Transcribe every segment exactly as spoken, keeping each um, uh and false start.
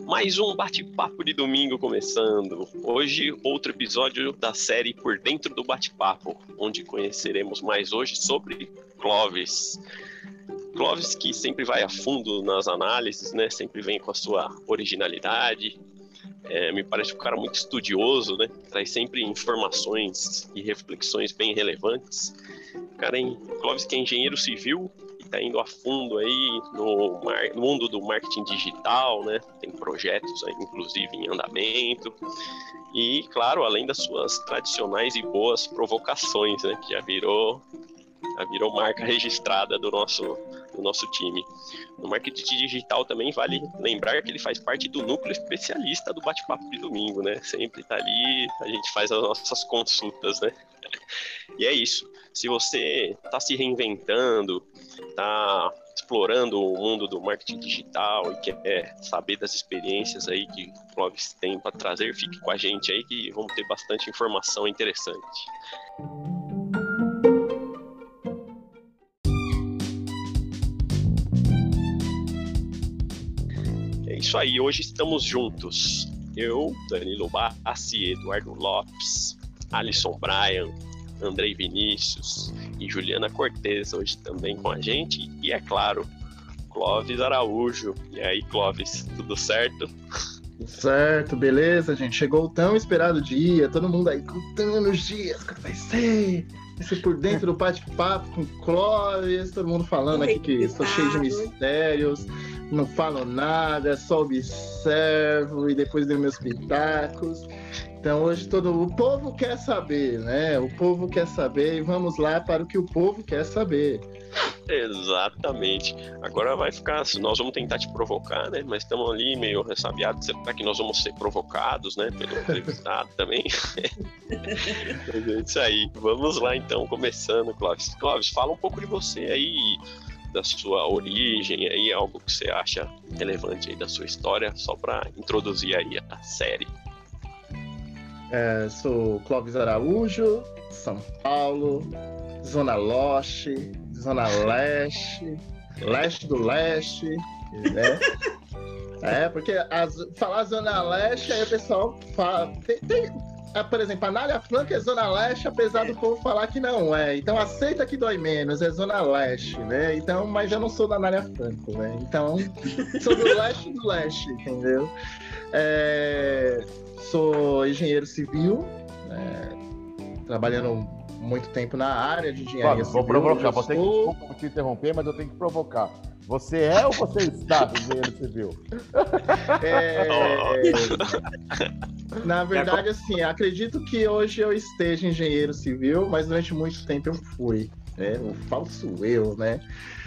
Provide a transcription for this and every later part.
Mais um bate-papo de domingo começando. Hoje, outro episódio da série Por Dentro do Bate-Papo, onde conheceremos mais hoje sobre Clóvis. Clóvis que sempre vai a fundo nas análises, né? Sempre vem com a sua originalidade. É, me parece um cara muito estudioso, né? Traz sempre informações e reflexões bem relevantes. O cara em Clóvis que é engenheiro civil, está indo a fundo aí no, mar, no mundo do marketing digital, né? Tem projetos aí, inclusive em andamento. E, claro, além das suas tradicionais e boas provocações, né? Que já virou, já virou marca registrada do nosso, do nosso time. No marketing digital também vale lembrar que ele faz parte do núcleo especialista do bate-papo de domingo, né? Sempre está ali, a gente faz as nossas consultas, né? E é isso. Se você está se reinventando, está explorando o mundo do marketing digital e quer saber das experiências aí que o Clóvis tem para trazer, fique com a gente aí que vamos ter bastante informação interessante. É isso aí, hoje estamos juntos. Eu, Danilo Bassi, Eduardo Lopes, Alisson Bryan, Andrei Vinícius e Juliana Cortez hoje também com a gente. E é claro, Clóvis Araújo. E aí, Clóvis, tudo certo? Certo, beleza, gente. Chegou o tão esperado dia, todo mundo aí contando os dias, como vai ser? Esse Por Dentro do Bate-Papo com Clóvis, todo mundo falando aqui que estou cheio de mistérios, não falo nada, só observo e depois dei meus pitacos. Então hoje todo o povo quer saber, né? O povo quer saber e vamos lá para o que o povo quer saber. Exatamente. Agora vai ficar, nós vamos tentar te provocar, né? Mas estamos ali meio ressabiados. Será que nós vamos ser provocados, né? Pelo entrevistado também. Mas é isso aí. Vamos lá então, começando, Clóvis. Clóvis, fala um pouco de você aí, da sua origem aí, algo que você acha relevante aí da sua história, só para introduzir aí a série. É, sou Clóvis Araújo, São Paulo, Zona Leste, Zona Leste, Leste do Leste, né? É, porque as, falar Zona Leste, aí o pessoal fala... Tem, tem, é, por exemplo, a Anália Franco é Zona Leste, apesar do povo falar que não é. Então aceita que dói menos, é Zona Leste, né? Então, mas eu não sou da Anália Franco, né? Então, sou do Leste do Leste, entendeu? É... Sou engenheiro civil, é, trabalhando muito tempo na área de engenharia Claro, civil. Vou provocar, vou ter que sou... desculpa te interromper, mas eu tenho que provocar. Você é ou você está engenheiro civil? É, na verdade, assim, acredito que hoje eu esteja engenheiro civil, mas durante muito tempo eu fui, né? O falso eu, né?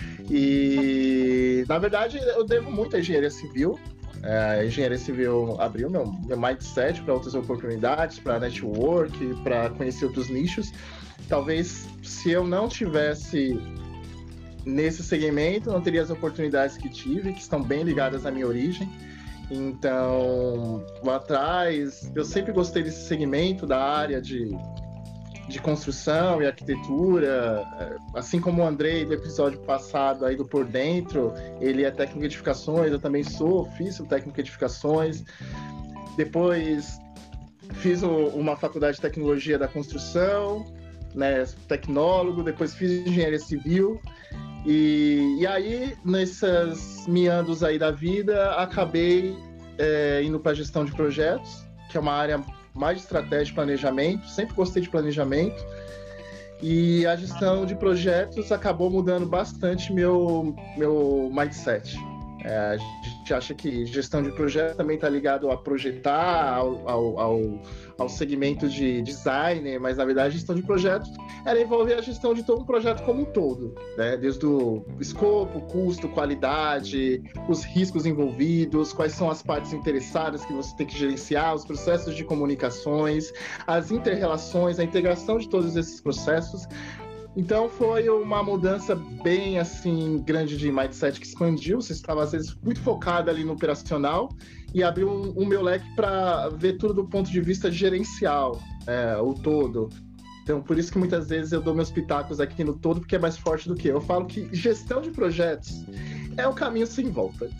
E, na verdade, eu devo muito à engenharia civil. A engenharia civil abriu meu, meu mindset para outras oportunidades, para network, para conhecer outros nichos. Talvez se eu não tivesse nesse segmento, não teria as oportunidades que tive, que estão bem ligadas à minha origem. Então, lá atrás, eu sempre gostei desse segmento da área de, de construção e arquitetura, assim como o Andrei do episódio passado aí do Por Dentro, ele é técnico de edificações, eu também sou, fiz o técnico de edificações. Depois fiz o, uma faculdade de tecnologia da construção, né, tecnólogo, depois fiz engenharia civil. E, e aí, nesses meandros aí da vida, acabei é, indo para a gestão de projetos, que é uma área mais de estratégia de planejamento, sempre gostei de planejamento, e a gestão de projetos acabou mudando bastante meu, meu mindset. É, a gente acha que gestão de projeto também está ligado a projetar, ao, ao, ao, ao segmento de design, mas na verdade a gestão de projetos era envolver a gestão de todo um projeto como um todo, né? Desde o escopo, custo, qualidade, os riscos envolvidos, quais são as partes interessadas que você tem que gerenciar, os processos de comunicações, as inter-relações, a integração de todos esses processos. Então foi uma mudança bem assim grande de mindset que expandiu. Você estava às vezes muito focado ali no operacional e abriu o um, um meu leque para ver tudo do ponto de vista gerencial, é, o todo. Então por isso que muitas vezes eu dou meus pitacos aqui no todo, porque é mais forte do que eu. Eu falo que gestão de projetos é o caminho sem volta.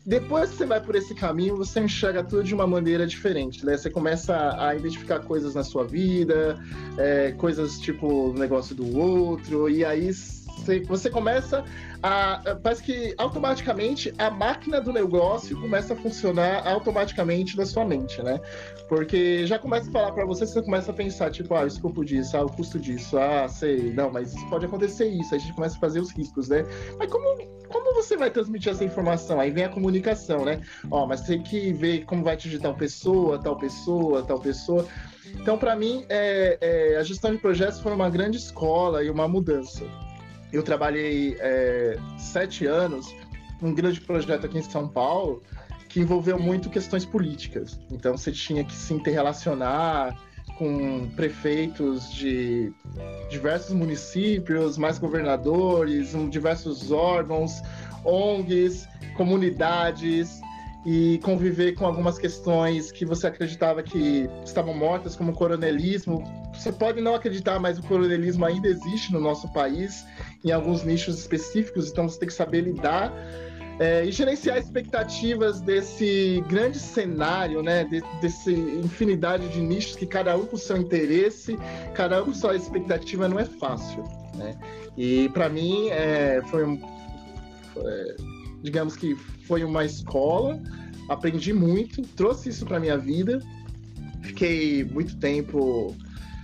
Depois que você vai por esse caminho, você enxerga tudo de uma maneira diferente, né? Você começa a identificar coisas na sua vida, é, coisas tipo o negócio do outro, e aí você, você começa a... Parece que automaticamente a máquina do negócio começa a funcionar automaticamente na sua mente, né? Porque já começa a falar para você, você começa a pensar, tipo, ah, o escopo disso, ah, o custo disso, ah, sei, não, mas pode acontecer isso, aí a gente começa a fazer os riscos, né? Mas como, como você vai transmitir essa informação? Aí vem a comunicação, né? Ó, mas tem que ver como vai atingir tal pessoa, tal pessoa, tal pessoa. Então, para mim, é, é, a gestão de projetos foi uma grande escola e uma mudança. Eu trabalhei é, sete anos num grande projeto aqui em São Paulo, que envolveu muito questões políticas. Então, você tinha que se interrelacionar com prefeitos de diversos municípios, mais governadores, diversos órgãos, O N Gs, comunidades, e conviver com algumas questões que você acreditava que estavam mortas, como o coronelismo. Você pode não acreditar, mas o coronelismo ainda existe no nosso país, em alguns nichos específicos, então você tem que saber lidar É, e gerenciar expectativas desse grande cenário, né? De, desse infinidade de nichos que cada um com seu interesse, cada um com sua expectativa, não é fácil, né? E para mim é, foi, um, foi, digamos que foi uma escola, aprendi muito, trouxe isso para minha vida, fiquei muito tempo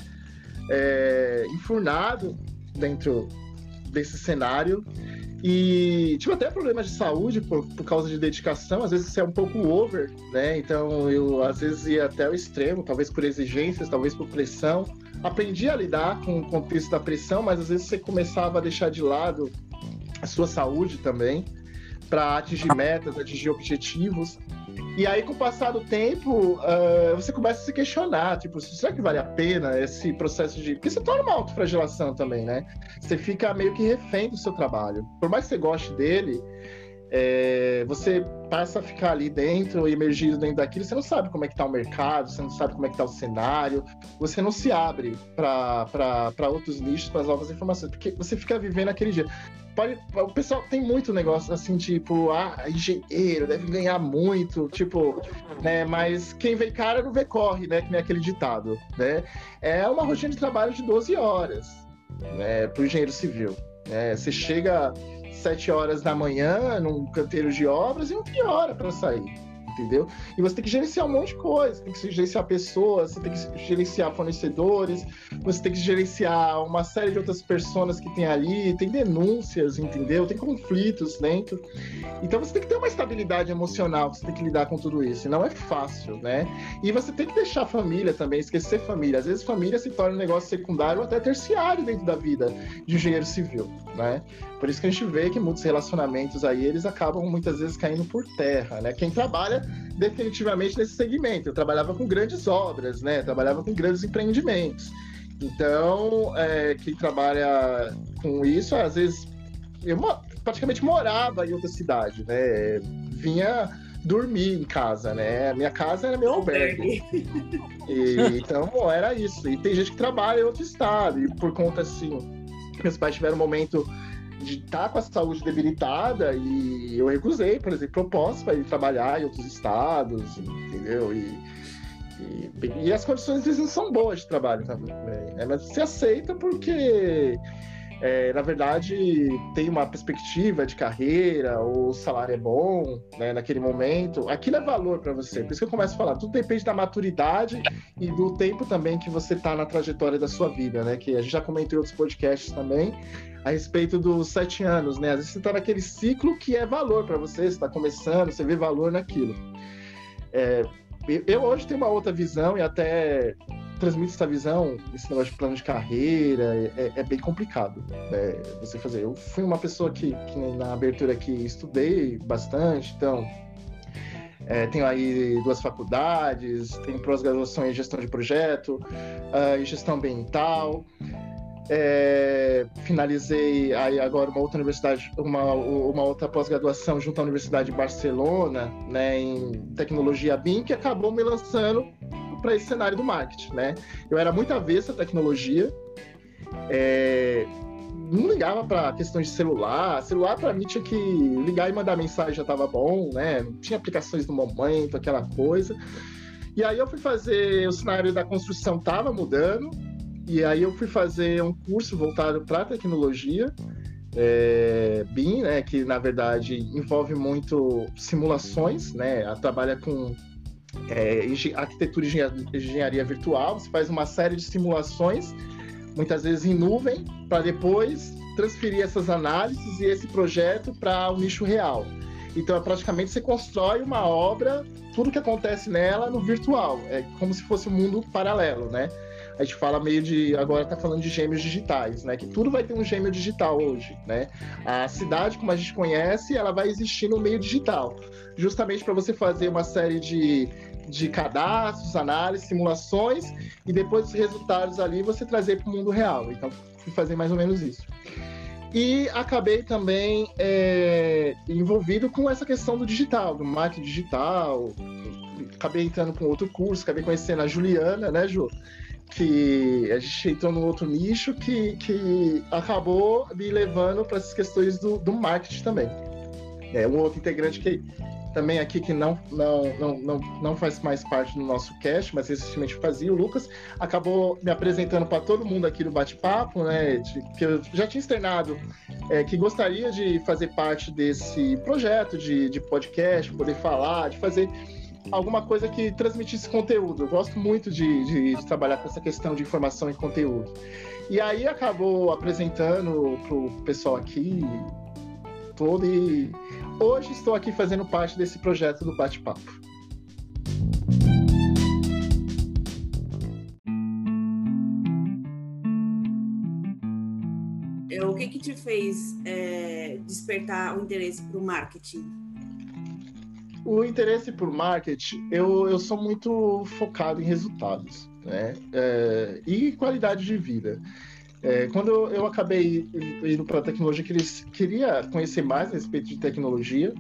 é, enfurnado dentro desse cenário. E tive até problemas de saúde por, por causa de dedicação, às vezes você é um pouco over, né? Então eu às vezes ia até o extremo, talvez por exigências, talvez por pressão. Aprendi a lidar com o contexto da pressão, mas às vezes você começava a deixar de lado a sua saúde também, para atingir metas, atingir objetivos. E aí, com o passar do tempo, uh, você começa a se questionar, tipo, será que vale a pena esse processo de... Porque você torna uma autoflagelação também, né? Você fica meio que refém do seu trabalho. Por mais que você goste dele, é, você passa a ficar ali dentro, imergido dentro daquilo, você não sabe como é que tá o mercado, você não sabe como é que tá o cenário, você não se abre para outros nichos, para as novas informações, porque você fica vivendo aquele dia. Pode, o pessoal tem muito negócio assim, tipo, ah, engenheiro, deve ganhar muito, tipo, né, mas quem vê cara não vê corre, né, que nem aquele ditado, né? É uma rotina de trabalho de doze horas, né, pro engenheiro civil, né? Você chega sete horas da manhã num canteiro de obras e uma hora para sair, entendeu? E você tem que gerenciar um monte de coisa, tem que gerenciar pessoas, você tem que gerenciar fornecedores, você tem que gerenciar uma série de outras pessoas que tem ali, tem denúncias, entendeu? Tem conflitos dentro. Então você tem que ter uma estabilidade emocional, você tem que lidar com tudo isso, e não é fácil, né? E você tem que deixar a família também, esquecer família. Às vezes família se torna um negócio secundário ou até terciário dentro da vida de engenheiro civil, né? Por isso que a gente vê que muitos relacionamentos aí, eles acabam muitas vezes caindo por terra, né? Quem trabalha definitivamente nesse segmento. Eu trabalhava com grandes obras, né? Eu trabalhava com grandes empreendimentos. Então, é, quem trabalha com isso, às vezes, eu praticamente morava em outra cidade, né? Vinha dormir em casa, né? A minha casa era meu albergue. E, então, era isso. E tem gente que trabalha em outro estado, e por conta, assim, meus pais tiveram um momento de estar com a saúde debilitada e eu recusei, por exemplo, propostas para ir trabalhar em outros estados, entendeu? E, e, e as condições às vezes não são boas de trabalho também, né? Mas você aceita porque, é, na verdade, tem uma perspectiva de carreira, o salário é bom, né, naquele momento. Aquilo é valor para você. Por isso que eu começo a falar, tudo depende da maturidade e do tempo também que você está na trajetória da sua vida, né? Que a gente já comentou em outros podcasts também, a respeito dos sete anos, né? Às vezes você está naquele ciclo que é valor para você, você está começando, você vê valor naquilo. É, eu hoje tenho uma outra visão e até transmito essa visão, esse negócio de plano de carreira, é, é bem complicado, né, você fazer. Eu fui uma pessoa que, que na abertura aqui estudei bastante, então é, tenho aí duas faculdades, tenho pós-graduação em gestão de projeto, uh, em gestão ambiental. É, finalizei aí agora uma outra universidade, uma, uma outra pós-graduação junto à Universidade de Barcelona, né, em tecnologia B I M, que acabou me lançando para esse cenário do marketing, né? Eu era muito avesso à tecnologia, é, não ligava para questões de celular. Celular, para mim, tinha que ligar e mandar mensagem, já estava bom, né? Não tinha aplicações no momento, aquela coisa. E aí eu fui fazer, o cenário da construção estava mudando, e aí eu fui fazer um curso voltado para tecnologia, é, B I M, né? Que, na verdade, envolve muito simulações, né? Ela trabalha com é, arquitetura e engenharia virtual. Você faz uma série de simulações, muitas vezes em nuvem, para depois transferir essas análises e esse projeto para o nicho real. Então, praticamente, você constrói uma obra, tudo que acontece nela no virtual. É como se fosse um mundo paralelo, né? A gente fala meio de... Agora está falando de gêmeos digitais, né? Que tudo vai ter um gêmeo digital hoje, né? A cidade, como a gente conhece, ela vai existir no meio digital. Justamente para você fazer uma série de... de cadastros, análises, simulações, e depois os resultados ali você trazer para o mundo real. Então, fui fazer mais ou menos isso. E acabei também é, envolvido com essa questão do digital, do marketing digital. Acabei entrando com outro curso, acabei conhecendo a Juliana, né, Ju? Que a gente entrou num outro nicho que, que acabou me levando para essas questões do, do marketing também. É um outro integrante que também aqui que não, não, não, não, não faz mais parte do nosso cast, mas recentemente fazia, o Lucas, acabou me apresentando para todo mundo aqui do bate-papo, né, de, que eu já tinha externado, é, que gostaria de fazer parte desse projeto de, de podcast, poder falar, de fazer alguma coisa que transmitisse conteúdo. Eu gosto muito de, de, de trabalhar com essa questão de informação e conteúdo. E aí acabou apresentando para o pessoal aqui todo, e hoje estou aqui fazendo parte desse projeto do bate-papo. O que que te fez é, despertar o interesse para o marketing? O interesse por marketing, eu, eu sou muito focado em resultados, né? É, e qualidade de vida. É, quando eu, eu acabei indo para a tecnologia, queria, queria conhecer mais a respeito de tecnologia,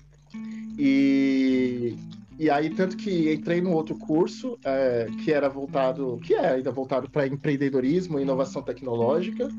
e, e aí tanto que entrei num outro curso é, que era voltado, que é ainda voltado para empreendedorismo e inovação tecnológica.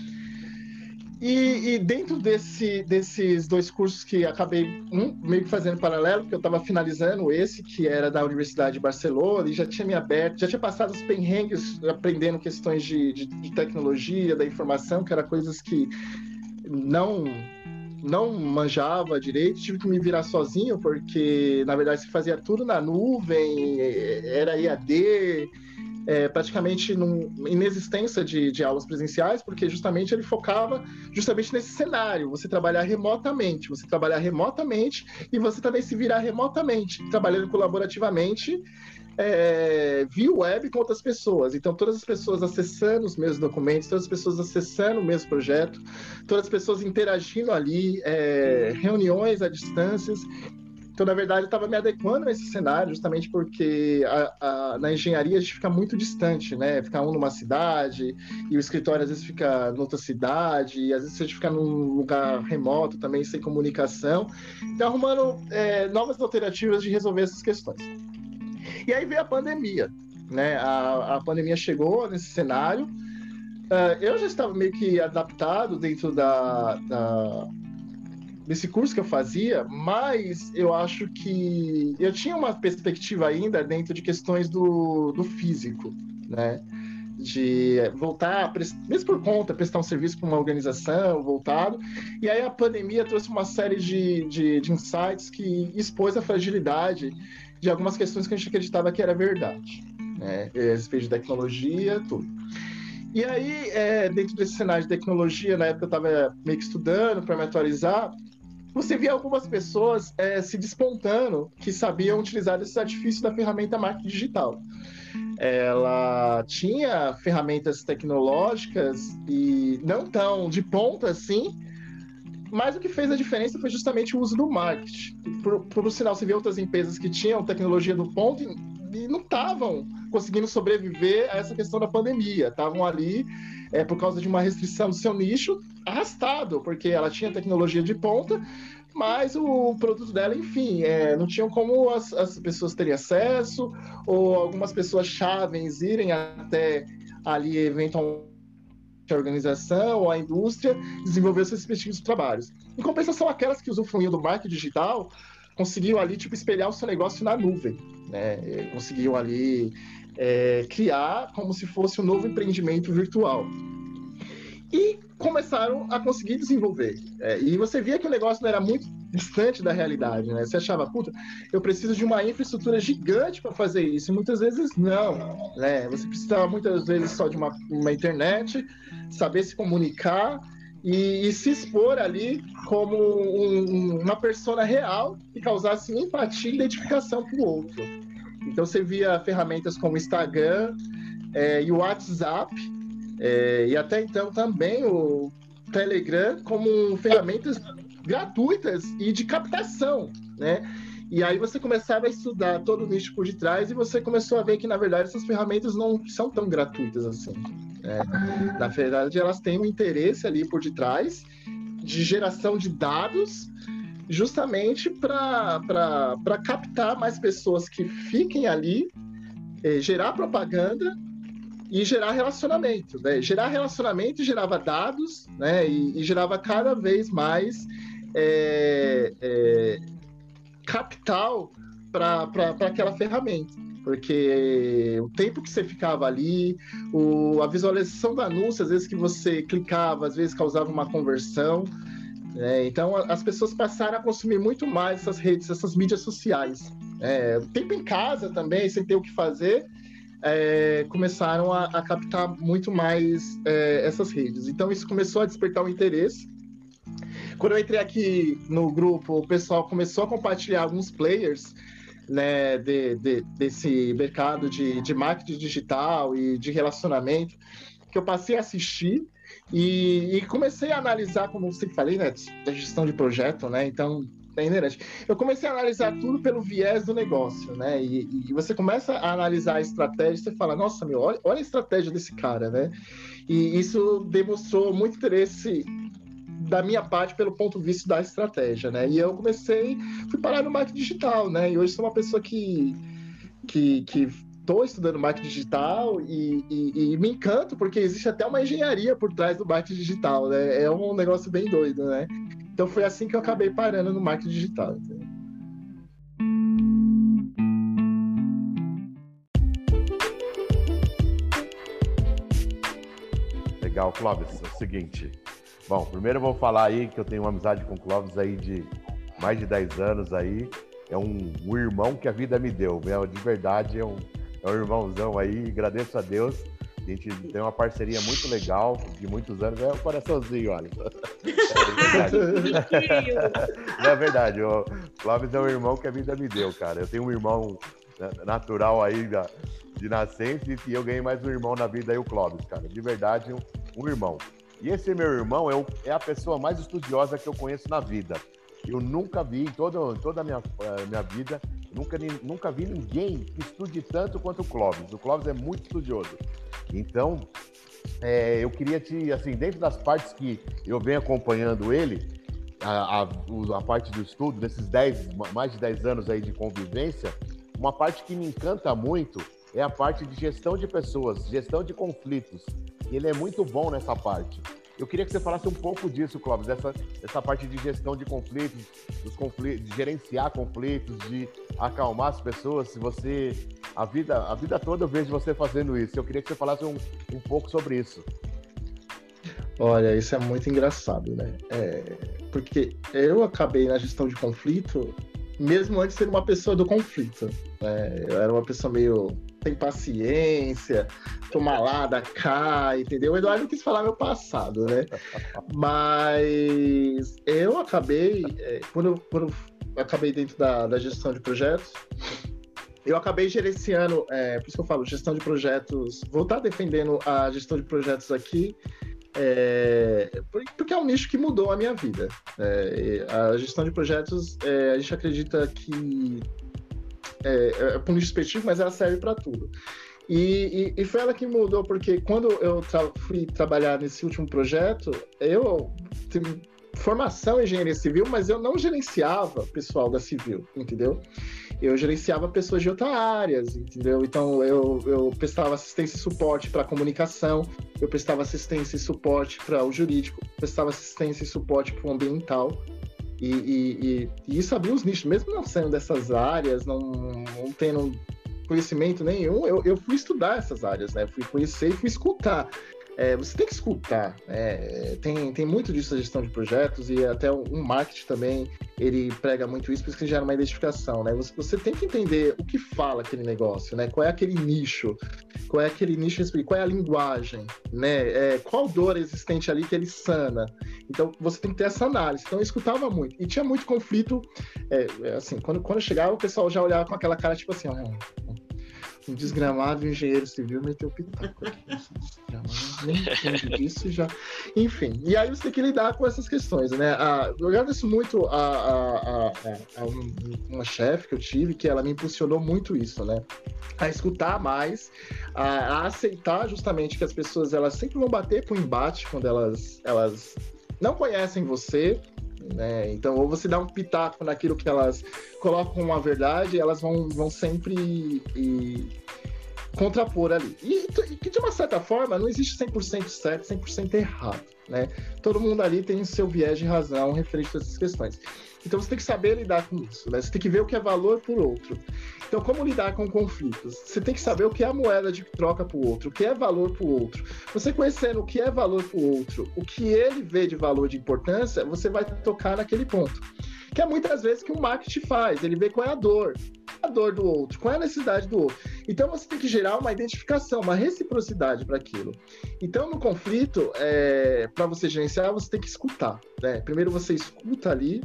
E, e dentro desse, desses dois cursos que acabei um, meio que fazendo paralelo, porque eu estava finalizando esse, que era da Universidade de Barcelona, e já tinha me aberto, já tinha passado os perrengues aprendendo questões de, de, de tecnologia, da informação, que eram coisas que não, não manjava direito, tive que me virar sozinho, porque, na verdade, se fazia tudo na nuvem, era E A D... É, praticamente num, inexistência de, de aulas presenciais, porque justamente ele focava justamente nesse cenário, você trabalhar remotamente, você trabalhar remotamente e você também se virar remotamente, trabalhando colaborativamente é, via web com outras pessoas. Então, todas as pessoas acessando os mesmos documentos, todas as pessoas acessando o mesmo projeto, todas as pessoas interagindo ali, é, reuniões à distância. Então, na verdade, eu estava me adequando a esse cenário, justamente porque a, a, na engenharia a gente fica muito distante, né? Fica um numa cidade, e o escritório às vezes fica em outra cidade, e às vezes a gente fica num lugar remoto também, sem comunicação. Então, arrumando é, novas alternativas de resolver essas questões. E aí veio a pandemia, né? A, a pandemia chegou nesse cenário. Uh, eu já estava meio que adaptado dentro da... da desse curso que eu fazia, mas eu acho que eu tinha uma perspectiva ainda dentro de questões do, do físico, né? De voltar, mesmo por conta, prestar um serviço para uma organização, voltado. E aí a pandemia trouxe uma série de, de, de insights que expôs a fragilidade de algumas questões que a gente acreditava que era verdade, né? A respeito de tecnologia, tudo. E aí, é, dentro desse cenário de tecnologia, na época eu estava meio que estudando para me atualizar, você via algumas pessoas é, se despontando que sabiam utilizar esses artifícios da ferramenta marketing digital. Ela tinha ferramentas tecnológicas e não tão de ponta assim, mas o que fez a diferença foi justamente o uso do marketing. Por, por sinal, você vê outras empresas que tinham tecnologia do ponto e, e não estavam conseguindo sobreviver a essa questão da pandemia. Estavam ali, é, por causa de uma restrição do seu nicho, arrastado, porque ela tinha tecnologia de ponta, mas o produto dela, enfim, é, não tinham como as, as pessoas terem acesso, ou algumas pessoas cháveis irem até ali eventualmente a organização ou a indústria desenvolveu seus respectivos trabalhos. Em compensação, aquelas que usufruíam do marketing digital conseguiam ali, tipo, espelhar o seu negócio na nuvem, né? Conseguiam ali é, criar como se fosse um novo empreendimento virtual. E começaram a conseguir desenvolver. É, e você via que o negócio não era muito distante da realidade, né? Você achava, puta, eu preciso de uma infraestrutura gigante para fazer isso. E muitas vezes não, né? Você precisava muitas vezes só de uma, uma internet, saber se comunicar e, e se expor ali como um, uma persona real que causasse empatia e identificação com o outro. Então você via ferramentas como o Instagram é, e o WhatsApp, É, e até então também o Telegram como ferramentas gratuitas e de captação, né? E aí você começava a estudar todo o nicho por detrás e você começou a ver que, na verdade, essas ferramentas não são tão gratuitas assim, né? Na verdade, elas têm um interesse ali por detrás de geração de dados justamente para captar mais pessoas que fiquem ali, eh, gerar propaganda e gerar relacionamento, né? Gerar relacionamento gerava dados, né? E, e gerava cada vez mais é, é, capital para aquela ferramenta, porque o tempo que você ficava ali, o, a visualização do anúncio, às vezes que você clicava, às vezes causava uma conversão, né? Então as pessoas passaram a consumir muito mais essas redes, essas mídias sociais. É, o tempo em casa também, sem ter o que fazer, É, começaram a, a captar muito mais é, essas redes. Então isso começou a despertar o interesse. Quando eu entrei aqui no grupo, o pessoal começou a compartilhar alguns players, né, de, de, desse mercado de, de marketing digital e de relacionamento, que eu passei a assistir e, e comecei a analisar, como eu sempre falei, né, da gestão de projeto, né? Então é inerente. Eu comecei a analisar tudo pelo viés do negócio, né? E, e você começa a analisar a estratégia, você fala, nossa, meu, olha, olha a estratégia desse cara, né? E isso demonstrou muito interesse da minha parte pelo ponto de vista da estratégia, né? E eu comecei, fui parar no marketing digital, né? E hoje sou uma pessoa que que, que tô estudando marketing digital e, e, e me encanto porque existe até uma engenharia por trás do marketing digital, né? É um negócio bem doido, né? Então foi assim que eu acabei parando no marketing digital. Entendeu? Legal, Clóvis, é o seguinte. Bom, primeiro eu vou falar aí que eu tenho uma amizade com o Clóvis aí de mais de dez anos aí. É um, um irmão que a vida me deu. De verdade, é um, é um irmãozão aí. Agradeço a Deus. A gente tem uma parceria muito legal, de muitos anos. É um coraçãozinho, olha. É verdade. Não é verdade. O Clóvis é um irmão que a vida me deu, cara. Eu tenho um irmão natural aí de nascença e eu ganhei mais um irmão na vida aí, o Clóvis, cara. De verdade, um, um irmão. E esse meu irmão é, o, é a pessoa mais estudiosa que eu conheço na vida. Eu nunca vi, em toda, toda a minha, a minha vida, nunca, nunca vi ninguém que estude tanto quanto o Clóvis. O Clóvis é muito estudioso. Então, é, eu queria te, assim, dentro das partes que eu venho acompanhando ele, a, a, a parte do estudo, desses dez, mais de dez anos aí de convivência, uma parte que me encanta muito é a parte de gestão de pessoas, gestão de conflitos. E ele é muito bom nessa parte. Eu queria que você falasse um pouco disso, Clóvis, dessa, dessa parte de gestão de conflitos, dos conflitos, de gerenciar conflitos, de acalmar as pessoas. Se você, a vida, a vida toda eu vejo você fazendo isso. Eu queria que você falasse um, um pouco sobre isso. Olha, isso é muito engraçado, né? É, porque eu acabei na gestão de conflito, mesmo antes de ser uma pessoa do conflito, né? Eu era uma pessoa meio sem paciência, tomar lá, da cá, entendeu? O Eduardo quis falar meu passado, né? Mas eu acabei, é, quando, eu, quando eu acabei dentro da, da gestão de projetos, eu acabei gerenciando, é, por isso que eu falo, gestão de projetos, vou estar defendendo a gestão de projetos aqui, é, porque é um nicho que mudou a minha vida. É, a gestão de projetos, é, a gente acredita que é, é para um nicho específico, mas ela serve para tudo. E, e, e foi ela que mudou, porque quando eu tra- fui trabalhar nesse último projeto, eu formação em engenharia civil, mas eu não gerenciava pessoal da civil, entendeu? Eu gerenciava pessoas de outras áreas, entendeu? Então, eu, eu prestava assistência e suporte para a comunicação, eu prestava assistência e suporte para o jurídico, prestava assistência e suporte para o ambiental, e, e, e, e isso abriu os nichos, mesmo não sendo dessas áreas, não, não tendo conhecimento nenhum, eu, eu fui estudar essas áreas, né? Fui conhecer e fui escutar. É, você tem que escutar, né? tem, tem muito disso a gestão de projetos e até o um marketing também, ele prega muito isso, por isso que gera uma identificação, né? Você, você tem que entender o que fala aquele negócio, né? Qual é aquele nicho, qual é aquele nicho, qual é a linguagem, né? É, qual dor existente ali que ele sana. Então, você tem que ter essa análise. Então, eu escutava muito. E tinha muito conflito, é, assim, quando, quando eu chegava, o pessoal já olhava com aquela cara, tipo assim, ó, um desgramado engenheiro civil meteu pitaco aqui. Nem entendo disso já. Enfim, e aí você tem que lidar com essas questões, né? Ah, eu agradeço muito a, a, a, a um, uma chefe que eu tive, que ela me impulsionou muito isso, né? A escutar mais, a, a aceitar justamente que as pessoas elas sempre vão bater com embate quando elas, elas não conhecem você, né? Então, ou você dá um pitaco naquilo que elas colocam uma verdade, elas vão, vão sempre e, contrapor ali. E que, de uma certa forma, não existe cem por cento certo, cem por cento errado, né? Todo mundo ali tem o seu viés de razão referente a essas questões. Então, você tem que saber lidar com isso, né? Você tem que ver o que é valor por outro. Então, como lidar com conflitos? Você tem que saber o que é a moeda de troca para o outro, o que é valor para o outro. Você conhecendo o que é valor para o outro, o que ele vê de valor de importância, você vai tocar naquele ponto. Que é muitas vezes que o marketing faz, ele vê qual é a dor, a dor do outro, qual é a necessidade do outro. Então, você tem que gerar uma identificação, uma reciprocidade para aquilo. Então, no conflito, é, para você gerenciar, você tem que escutar, né? Primeiro você escuta ali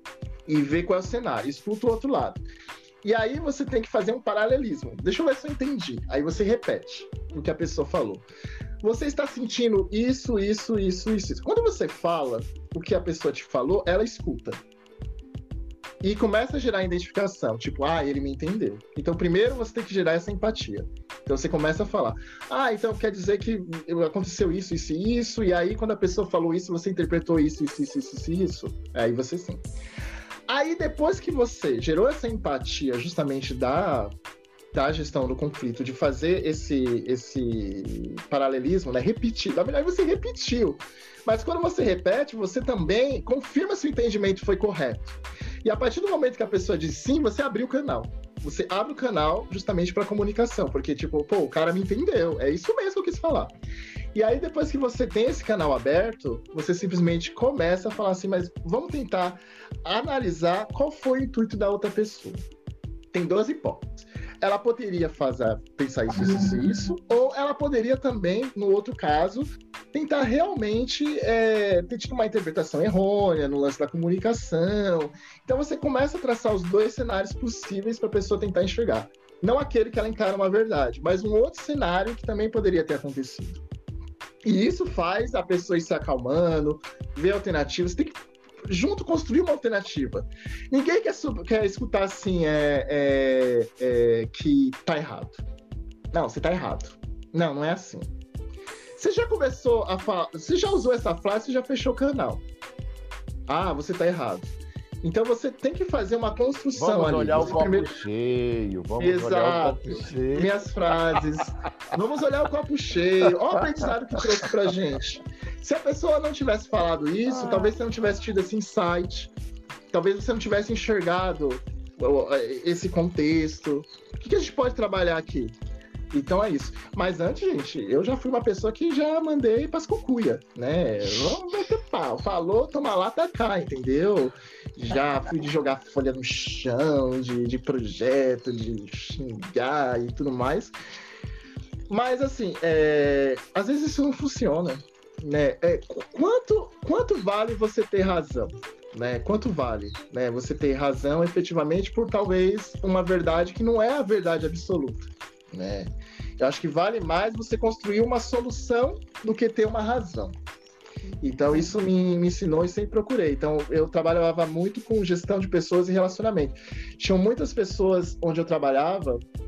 e vê qual é o cenário, escuta o outro lado. E aí você tem que fazer um paralelismo. Deixa eu ver se eu entendi. Aí você repete o que a pessoa falou. Você está sentindo isso, isso, isso, isso, isso. Quando você fala o que a pessoa te falou, ela escuta. E começa a gerar identificação. Tipo, ah, ele me entendeu. Então, primeiro você tem que gerar essa empatia. Então, você começa a falar. Ah, então quer dizer que aconteceu isso, isso e isso. E aí, quando a pessoa falou isso, você interpretou isso, isso, isso, isso e isso. Aí você sim. Aí, depois que você gerou essa empatia justamente da, da gestão do conflito, de fazer esse, esse paralelismo, né? Repetir. Na verdade, você repetiu. Mas quando você repete, você também confirma se o entendimento foi correto. E a partir do momento que a pessoa diz sim, você abriu o canal. Você abre o canal justamente para comunicação. Porque, tipo, pô, o cara me entendeu. É isso mesmo que eu quis falar. E aí, depois que você tem esse canal aberto, você simplesmente começa a falar assim, mas vamos tentar analisar qual foi o intuito da outra pessoa. Tem duas hipóteses. Ela poderia fazer, pensar isso, isso, isso, isso, ou ela poderia também, no outro caso, tentar realmente é, ter tido uma interpretação errônea no lance da comunicação. Então, você começa a traçar os dois cenários possíveis para a pessoa tentar enxergar. Não aquele que ela encara uma verdade, mas um outro cenário que também poderia ter acontecido. E isso faz a pessoa ir se acalmando, ver alternativas. Você tem que, junto, construir uma alternativa. Ninguém quer, quer escutar assim, é, é, é, que tá errado. Não, você tá errado. Não, não é assim. Você já começou a falar, você já usou essa frase, você já fechou o canal. Ah, você tá errado. Então você tem que fazer uma construção vamos ali. Olhar o copo primeiro... cheio, vamos Exato. olhar o copo cheio. Minhas frases. Vamos olhar o copo cheio. Olha o aprendizado que trouxe pra gente. Se a pessoa não tivesse falado isso, ah. talvez você não tivesse tido esse insight. Talvez você não tivesse enxergado esse contexto. O que a gente pode trabalhar aqui? Então é isso. Mas antes, gente, eu já fui uma pessoa que já mandei pras cucuia, né? Vamos meter pau. Falou, toma lá, tá cá, entendeu? Já fui de jogar folha no chão, de, de projeto, de xingar e tudo mais. Mas, assim, é... às vezes isso não funciona, né? É... Quanto, quanto vale você ter razão? Né? Quanto vale, né? Você ter razão efetivamente por talvez uma verdade que não é a verdade absoluta, né? Eu acho que vale mais você construir uma solução do que ter uma razão. Então isso me, me ensinou e sempre procurei. Então eu trabalhava muito com gestão de pessoas e relacionamento. Tinham muitas pessoas onde eu trabalhava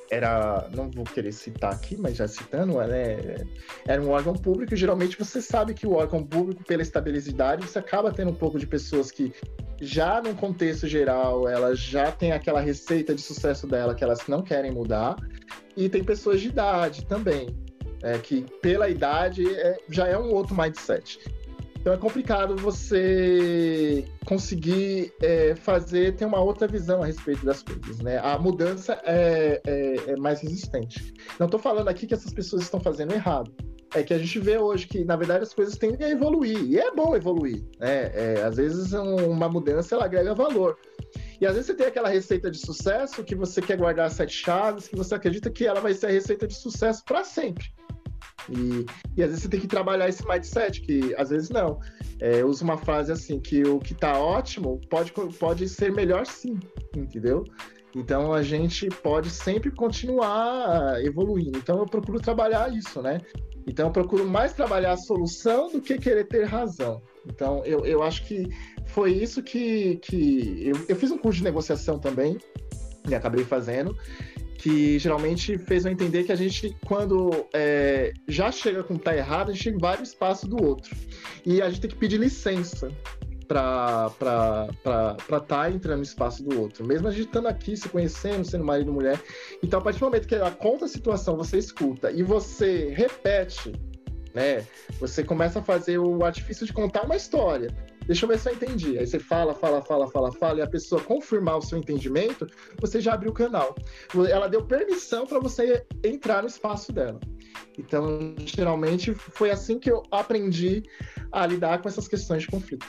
era, não vou querer citar aqui, mas já citando, né, era um órgão público e geralmente você sabe que o órgão público, pela estabilidade, você acaba tendo um pouco de pessoas que já num contexto geral, elas já têm aquela receita de sucesso dela que elas não querem mudar, e tem pessoas de idade também, é, que pela idade é, já é um outro mindset. Então é complicado você conseguir é, fazer, ter uma outra visão a respeito das coisas, né? A mudança é, é, é mais resistente. Não estou falando aqui que essas pessoas estão fazendo errado. É que a gente vê hoje que, na verdade, as coisas tendem a evoluir. E é bom evoluir, né? É, às vezes uma mudança, ela agrega valor. E às vezes você tem aquela receita de sucesso que você quer guardar sete chaves, que você acredita que ela vai ser a receita de sucesso para sempre. E, e às vezes você tem que trabalhar esse mindset, que às vezes não. É, eu uso uma frase assim, que o que tá ótimo pode, pode ser melhor sim, entendeu? Então a gente pode sempre continuar evoluindo. Então eu procuro trabalhar isso, né? Então eu procuro mais trabalhar a solução do que querer ter razão. Então eu, eu acho que foi isso que... que eu, eu fiz um curso de negociação também, e acabei fazendo, que geralmente fez eu entender que a gente, quando é, já chega com tá errado, a gente invade o espaço do outro. E a gente tem que pedir licença para estar tá entrando no espaço do outro. Mesmo a gente estando aqui, se conhecendo, sendo marido e mulher. Então, a partir do momento que ela conta a situação, você escuta e você repete, né? Você começa a fazer o artifício de contar uma história. Deixa eu ver se eu entendi. Aí você fala, fala, fala, fala, fala, e a pessoa confirmar o seu entendimento, você já abriu o canal. Ela deu permissão para você entrar no espaço dela. Então, geralmente, foi assim que eu aprendi a lidar com essas questões de conflito.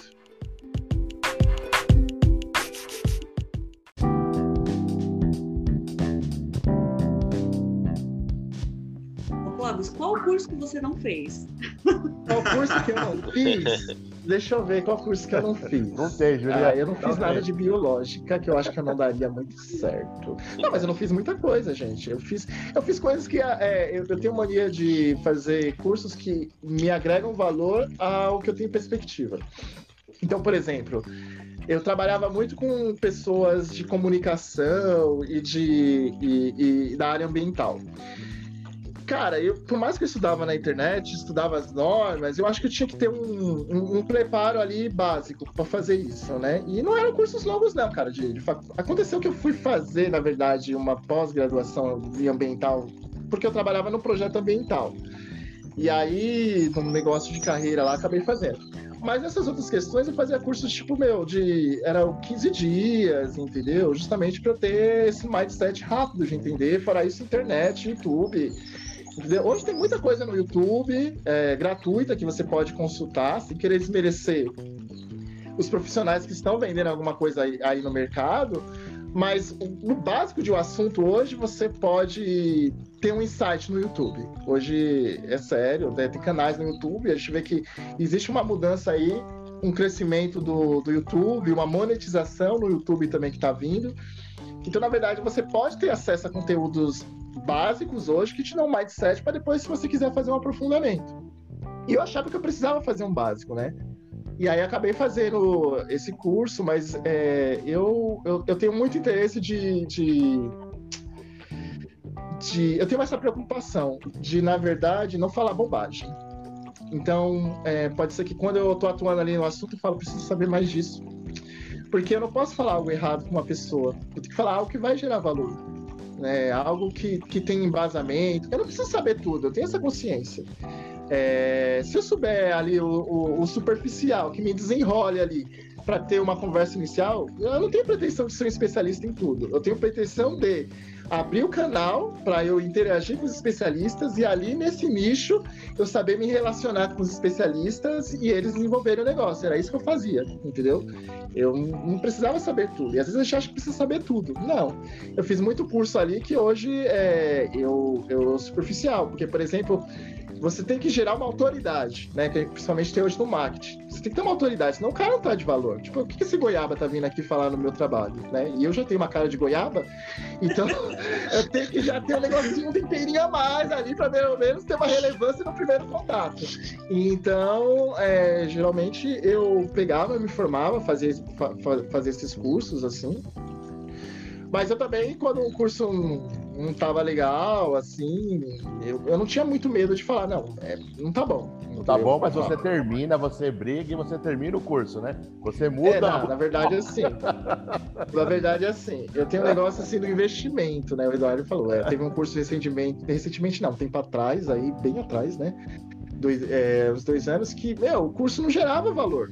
Clóvis, qual curso que você não fez? Qual curso que eu não fiz? Deixa eu ver qual curso que eu não fiz. Não sei, Juliana. Ah, eu não fiz nada de biológica, que eu acho que eu não daria muito certo. Não, mas eu não fiz muita coisa, gente. Eu fiz, eu fiz coisas que... É, eu, eu tenho mania de fazer cursos que me agregam valor ao que eu tenho perspectiva. Então, por exemplo, eu trabalhava muito com pessoas de comunicação e, de, e, e da área ambiental. Cara, eu, por mais que eu estudava na internet, estudava as normas, eu acho que eu tinha que ter um, um, um preparo ali básico para fazer isso, né? E não eram cursos longos não, cara. De, de fac... Aconteceu que eu fui fazer, na verdade, uma pós-graduação em ambiental, porque eu trabalhava no projeto ambiental. E aí, num negócio de carreira lá, acabei fazendo. Mas nessas outras questões eu fazia cursos tipo, meu, de... Eram quinze dias, entendeu? Justamente para eu ter esse mindset rápido de entender, fora isso, internet, YouTube... Hoje tem muita coisa no YouTube, é, gratuita, que você pode consultar, sem querer desmerecer os profissionais que estão vendendo alguma coisa aí, aí no mercado, mas no básico de um assunto hoje, você pode ter um insight no YouTube. Hoje, é sério, né? Tem canais no YouTube, a gente vê que existe uma mudança aí, um crescimento do, do YouTube, uma monetização no YouTube também que está vindo. Então, na verdade, você pode ter acesso a conteúdos básicos hoje que te dão um mindset para depois, se você quiser fazer um aprofundamento. E eu achava que eu precisava fazer um básico, né? E aí acabei fazendo esse curso, mas é, eu, eu, eu tenho muito interesse de, de, de... Eu tenho essa preocupação de, na verdade, não falar bobagem. Então, é, pode ser que quando eu estou atuando ali no assunto, eu falo, preciso saber mais disso. Porque eu não posso falar algo errado com uma pessoa. Eu tenho que falar algo que vai gerar valor. Né, algo que, que tem embasamento. Eu não preciso saber tudo, eu tenho essa consciência. É, se eu souber ali o, o, o superficial, que me desenrole ali para ter uma conversa inicial, eu não tenho pretensão de ser um especialista em tudo. Eu tenho pretensão de abrir o canal para eu interagir com os especialistas e ali nesse nicho eu saber me relacionar com os especialistas e eles desenvolverem o negócio. Era isso que eu fazia, entendeu? Eu não precisava saber tudo. E às vezes a gente acha que precisa saber tudo. Não. Eu fiz muito curso ali que hoje é eu, eu superficial. Porque, por exemplo, você tem que gerar uma autoridade, né? Que principalmente tem hoje no marketing. Você tem que ter uma autoridade, senão o cara não tá de valor. Tipo, o que esse goiaba tá vindo aqui falar no meu trabalho, né? E eu já tenho uma cara de goiaba, então eu tenho que já ter um negocinho, um temperinho a mais ali para pelo menos ter uma relevância no primeiro contato. Então, é, geralmente eu pegava, me formava, fazia, fazia esses cursos, assim. Mas eu também, quando o curso não tava legal, assim, eu, eu não tinha muito medo de falar, não, é, não tá bom. Não tá bom, mas você termina, você briga e você termina o curso, né? Você muda... É, na, na verdade é assim. Na verdade é assim. Eu tenho um negócio assim do investimento, né? O Eduardo falou. É, teve um curso recentemente, recentemente não, tempo atrás, aí bem atrás, né? Dois, é, uns dois anos que, meu, o curso não gerava valor.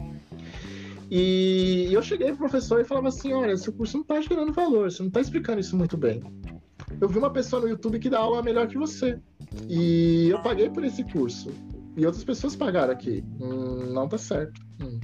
E eu cheguei pro professor e falava assim, olha, seu curso não tá gerando valor, você não tá explicando isso muito bem. Eu vi uma pessoa no YouTube que dá aula melhor que você. E eu paguei por esse curso. E outras pessoas pagaram aqui. Hum, não tá certo. Hum.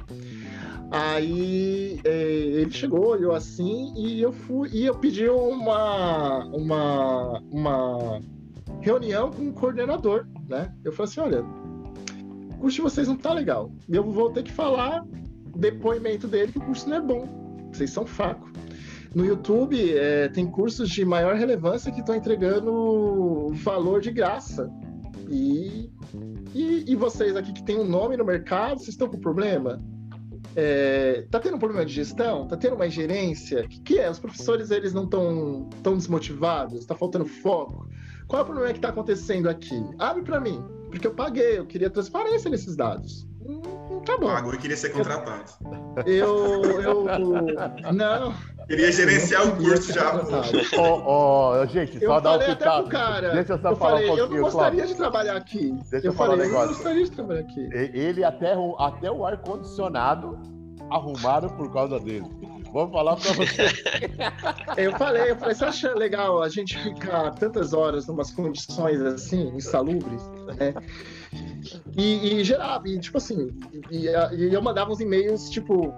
Aí é, ele chegou, olhou assim, e eu fui e eu pedi uma, uma, uma reunião com o coordenador, né? Eu falei assim, olha, o curso de vocês não tá legal. Eu vou ter que falar depoimento dele que o curso não é bom. Vocês são fracos. No YouTube é, tem cursos de maior relevância que estão entregando valor de graça. E, e, e vocês aqui que tem um nome no mercado, vocês estão com problema? É, tá tendo um problema de gestão? Tá tendo uma ingerência? O que, que é? Os professores eles não estão tão desmotivados? Tá faltando foco? Qual é o problema que está acontecendo aqui? Abre para mim, porque eu paguei, eu queria transparência nesses dados. Hum, tá bom. Pagou e queria ser contratado. Eu, eu, não. Queria gerenciar o curso já, pô. Ó, oh, oh, gente, eu só dar um falei até pro cara. Deixa eu só eu falar falei, um pouquinho, eu não gostaria Cláudio. de trabalhar aqui. Deixa eu, eu falar falei, um eu não negócio. gostaria de trabalhar aqui. Ele até, até o ar-condicionado arrumaram por causa dele. Vou falar pra você. Eu falei, eu falei, você acha legal a gente ficar tantas horas em umas condições assim, insalubres, né? E, e gerava, e, tipo assim, e, e eu mandava uns e-mails, tipo,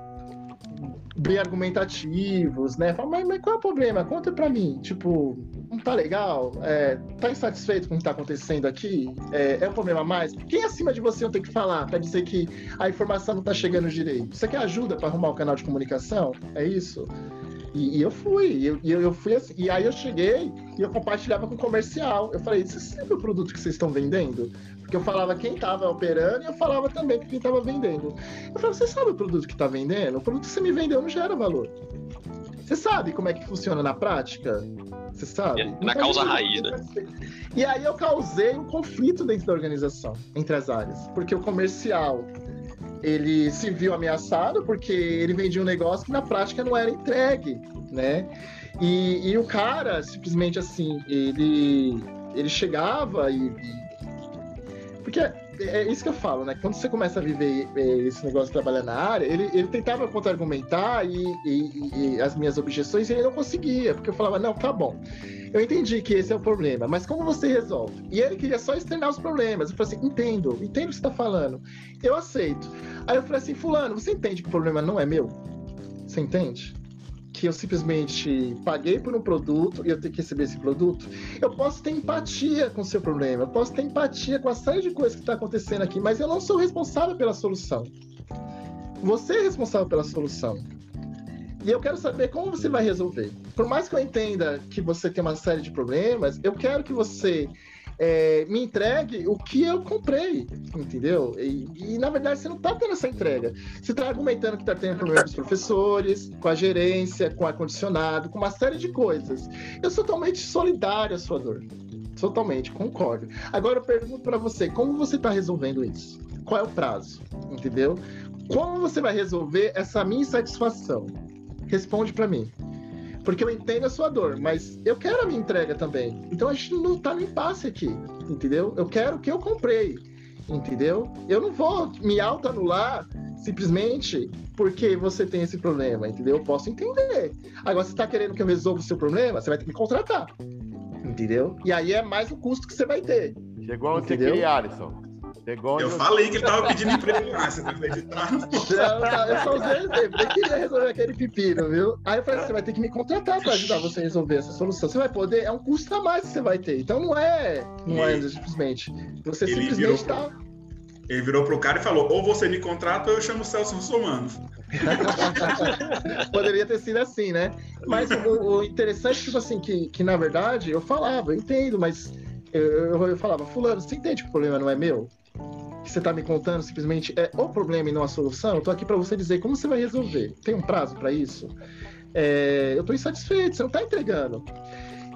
bem argumentativos, né? Falava, mas, mas qual é o problema? Conta pra mim. Tipo, não tá legal? É, tá insatisfeito com o que tá acontecendo aqui? É, é um problema a mais? Quem acima de você eu tenho que falar pra dizer que a informação não tá chegando direito? Você quer ajuda pra arrumar o canal de comunicação? É isso? E, e eu fui, e eu, e eu fui assim, e aí eu cheguei e eu compartilhava com o comercial. Eu falei, você sabe o produto que vocês estão vendendo? Porque eu falava quem estava operando e eu falava também quem estava vendendo. Eu falei, você sabe o produto que está vendendo? O produto que você me vendeu não gera valor. Você sabe como é que funciona na prática? Você sabe? É, na causa raiz, né? E aí eu causei um conflito dentro da organização, entre as áreas. Porque o comercial, ele se viu ameaçado porque ele vendia um negócio que na prática não era entregue, né? E, e o cara, simplesmente assim, ele, ele chegava e... e porque é isso que eu falo, né? Quando você começa a viver esse negócio de trabalhar na área, ele, ele tentava contra-argumentar e, e, e as minhas objeções e ele não conseguia, porque eu falava, não, tá bom, eu entendi que esse é o problema, mas como você resolve? E ele queria só externar os problemas. Eu falei assim, entendo, entendo o que você tá falando, eu aceito. Aí eu falei assim, fulano, você entende que o problema não é meu? Você entende? Que eu simplesmente paguei por um produto e eu tenho que receber esse produto? Eu posso ter empatia com o seu problema, eu posso ter empatia com a série de coisas que está acontecendo aqui, mas eu não sou responsável pela solução. Você é responsável pela solução. E eu quero saber como você vai resolver. Por mais que eu entenda que você tem uma série de problemas, eu quero que você é, me entregue o que eu comprei, entendeu? E, e na verdade você não está tendo essa entrega. Você está argumentando que está tendo problema com os professores, com a gerência, com o ar-condicionado, com uma série de coisas. Eu sou totalmente solidário à sua dor. Totalmente, concordo. Agora eu pergunto para você, como você está resolvendo isso? Qual é o prazo? Entendeu? Como você vai resolver essa minha insatisfação? Responde para mim. Porque eu entendo a sua dor, mas eu quero a minha entrega também. Então a gente não tá no impasse aqui, entendeu? Eu quero o que eu comprei, entendeu? Eu não vou me auto-anular simplesmente porque você tem esse problema, entendeu? Eu posso entender. Agora, se você tá querendo que eu resolva o seu problema, você vai ter que me contratar, entendeu? E aí é mais o custo que você vai ter. Chegou onde você queria, Alisson. Chegou eu onde... falei que ele tava pedindo emprego lá, você não acreditava? Eu, eu só usei exemplo, eu queria resolver aquele pepino, viu? Aí eu falei, você vai ter que me contratar para ajudar você a resolver essa solução. Você vai poder, é um custo a mais que você vai ter. Então não é, não é simplesmente. Você ele simplesmente virou tá... pro, ele virou pro cara e falou, ou você me contrata ou eu chamo o Celso Russomano. Poderia ter sido assim, né? Mas o, o interessante, tipo assim, que, que na verdade eu falava, eu entendo, mas eu, eu, eu falava, fulano, você entende que o problema não é meu? Que você tá me contando simplesmente é o problema e não a solução? Eu tô aqui para você dizer como você vai resolver. Tem um prazo para isso? É, eu tô insatisfeito, você não tá entregando.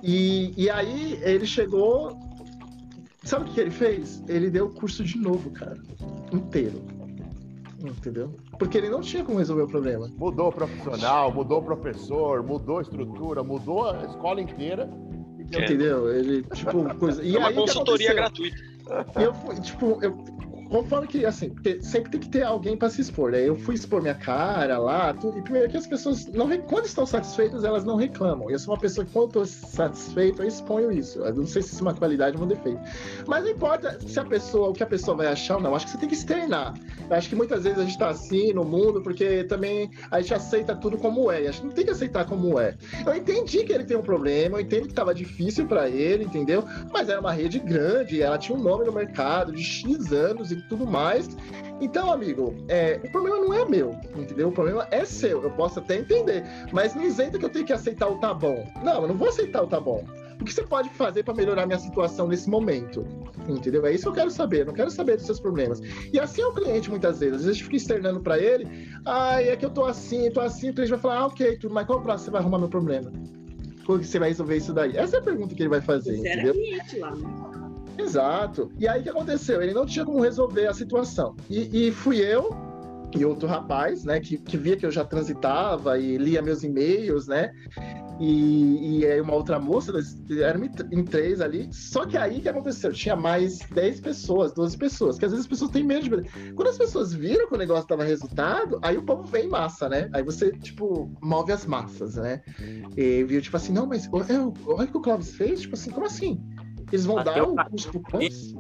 E, e aí ele chegou... Sabe o que ele fez? Ele deu o curso de novo, cara. Inteiro. Entendeu? Porque ele não tinha como resolver o problema. Mudou o profissional, mudou o professor, mudou a estrutura, mudou a escola inteira. Entendeu? Ele, tipo, coisa... E é uma aí, consultoria gratuita. E eu fui, tipo, eu... Conforme que, assim, porque sempre tem que ter alguém para se expor, né? Eu fui expor minha cara lá, tudo, e primeiro que as pessoas, não, quando estão satisfeitas, elas não reclamam. Eu sou uma pessoa que, quando eu estou satisfeito, eu exponho isso. Eu não sei se isso é uma qualidade ou um defeito. Mas não importa se a pessoa, o que a pessoa vai achar ou não. Acho que você tem que externar. Eu acho que muitas vezes a gente está assim no mundo, porque também a gente aceita tudo como é. E acho que não tem que aceitar como é. Eu entendi que ele tem um problema, eu entendo que estava difícil para ele, entendeu? Mas era uma rede grande, ela tinha um nome no mercado de X anos e tudo mais. Então, amigo, é, o problema não é meu, entendeu? O problema é seu. Eu posso até entender, mas não isenta que eu tenho que aceitar o tá bom. Não, eu não vou aceitar o tá bom. O que você pode fazer para melhorar minha situação nesse momento? Entendeu? É isso que eu quero saber. Eu não quero saber dos seus problemas. E assim é o cliente, muitas vezes. Às vezes a gente fica externando para ele. Ah, é que eu tô assim, tô assim. O cliente vai falar, ah, ok, tudo, mas qual prazo você vai arrumar meu problema? Como que você vai resolver isso daí? Essa é a pergunta que ele vai fazer, Você entendeu? era cliente lá, né? Exato. E aí o que aconteceu? Ele não tinha como resolver a situação. E, e fui eu e outro rapaz, né, que, que via que eu já transitava e lia meus e-mails, né? E, e aí uma outra moça, eram em três ali. Só que aí o que aconteceu? Tinha mais dez pessoas, doze pessoas, que às vezes as pessoas têm medo de... Quando as pessoas viram que o negócio dava resultado, aí o povo vem em massa, né? Aí você, tipo, move as massas, né? E viu, tipo assim, não, mas olha o que o Clóvis fez, tipo assim, como assim? Eles vão dar o curso pro Clóvis?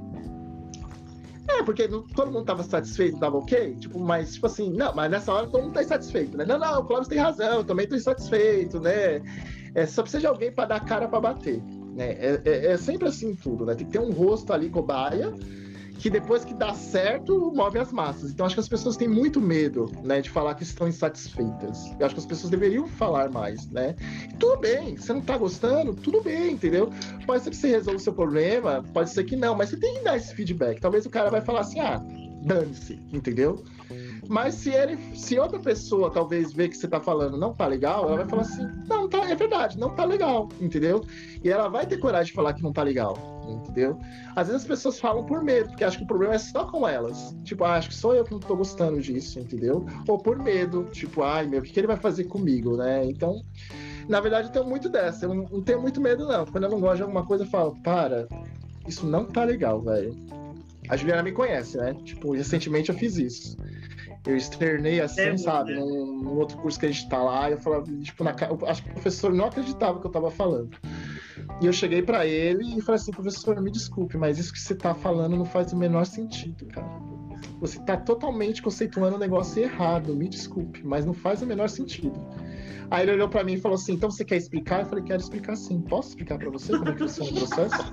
É, porque não, todo mundo tava satisfeito, tava ok? Tipo, mas, tipo assim, não, mas nessa hora todo mundo tá insatisfeito, né? Não, não, o Clóvis tem razão, eu também tô insatisfeito, né? É, só precisa de alguém pra dar cara pra bater, né? É, é, é sempre assim tudo, né? Tem que ter um rosto ali, cobaia, que depois que dá certo, move as massas. Então, acho que as pessoas têm muito medo, né, de falar que estão insatisfeitas. Eu acho que as pessoas deveriam falar mais, né? E tudo bem, você não tá gostando, tudo bem, entendeu? Pode ser que você resolva o seu problema, pode ser que não, mas você tem que dar esse feedback. Talvez o cara vai falar assim, ah, dane-se, entendeu? Mas se ele, se outra pessoa talvez vê que você tá falando não tá legal, ela vai falar assim, não, tá, é verdade, não tá legal, entendeu? E ela vai ter coragem de falar que não tá legal, entendeu? Às vezes as pessoas falam por medo, porque acham que o problema é só com elas. Tipo, ah, acho que sou eu que não tô gostando disso, entendeu? Ou por medo, tipo, ai meu, o que, que ele vai fazer comigo, né? Então, na verdade eu tenho muito dessa, eu não, não tenho muito medo não. Quando eu não gosto de alguma coisa eu falo, para, isso não tá legal, velho. A Juliana me conhece, né? Tipo, recentemente eu fiz isso. Eu externei assim, é, sabe, num, num outro curso que a gente tá lá, eu falava, tipo, na, eu acho que o professor não acreditava que eu tava falando. E eu cheguei pra ele e falei assim, professor, me desculpe, mas isso que você tá falando não faz o menor sentido, cara. Você tá totalmente conceituando o negócio errado, me desculpe, mas não faz o menor sentido. Aí ele olhou pra mim e falou assim, então você quer explicar? Eu falei, quero explicar sim. Posso explicar pra você como é que funciona o processo?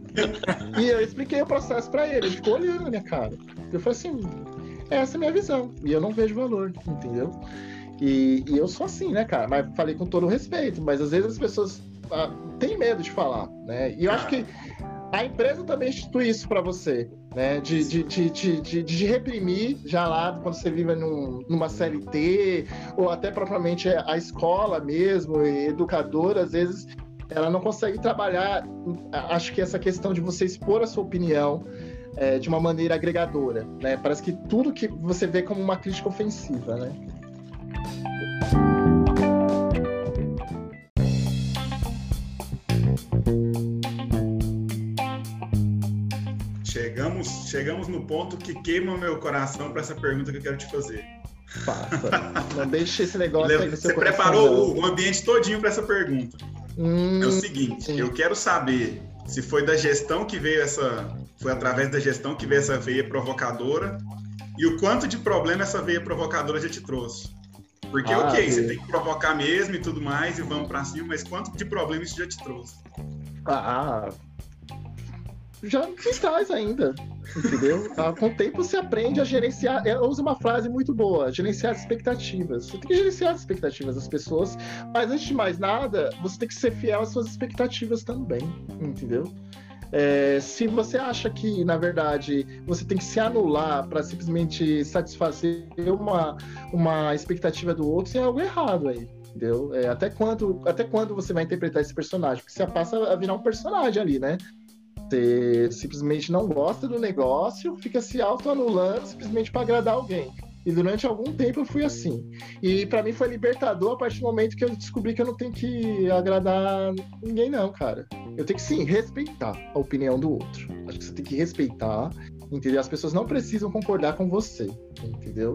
E eu expliquei o processo pra ele, ele ficou olhando na minha cara. Eu falei assim, essa é a minha visão, e eu não vejo valor, entendeu? E, e eu sou assim, né, cara? Mas falei com todo o respeito, mas às vezes as pessoas ah, têm medo de falar, né? E eu acho que a empresa também institui isso pra você, né? De, de, de, de, de, de reprimir já lá quando você vive num, numa C L T, ou até propriamente a escola mesmo, e educadora, às vezes ela não consegue trabalhar, acho que essa questão de você expor a sua opinião é, de uma maneira agregadora, né? Parece que tudo que você vê como uma crítica ofensiva, né? Chegamos, chegamos no ponto que queima o meu coração para essa pergunta que eu quero te fazer. Faça. Não deixe esse negócio aí no seu Você coração, preparou não. o ambiente todinho para essa pergunta. Hum, é o seguinte, sim. eu quero saber se foi da gestão que veio essa... Foi através da gestão que veio essa veia provocadora e o quanto de problema essa veia provocadora já te trouxe. Porque, Ah, ok, você ok. tem que provocar mesmo e tudo mais e vamos para cima, mas quanto de problema isso já te trouxe? Ah, já me traz ainda, entendeu? Ah, com o tempo você aprende a gerenciar. Eu uso uma frase muito boa: gerenciar as expectativas. Você tem que gerenciar as expectativas das pessoas, mas antes de mais nada, você tem que ser fiel às suas expectativas também, entendeu? É, se você acha que, na verdade, você tem que se anular para simplesmente satisfazer uma, uma expectativa do outro, tem algo errado aí, entendeu? É, até, quando, até quando você vai interpretar esse personagem? Porque você passa a virar um personagem ali, né? Você simplesmente não gosta do negócio, fica se autoanulando simplesmente para agradar alguém. E durante algum tempo eu fui assim. E para mim foi libertador a partir do momento que eu descobri que eu não tenho que agradar ninguém, não, cara. Eu tenho que, sim, respeitar a opinião do outro. Acho que você tem que respeitar, entendeu? As pessoas não precisam concordar com você, entendeu?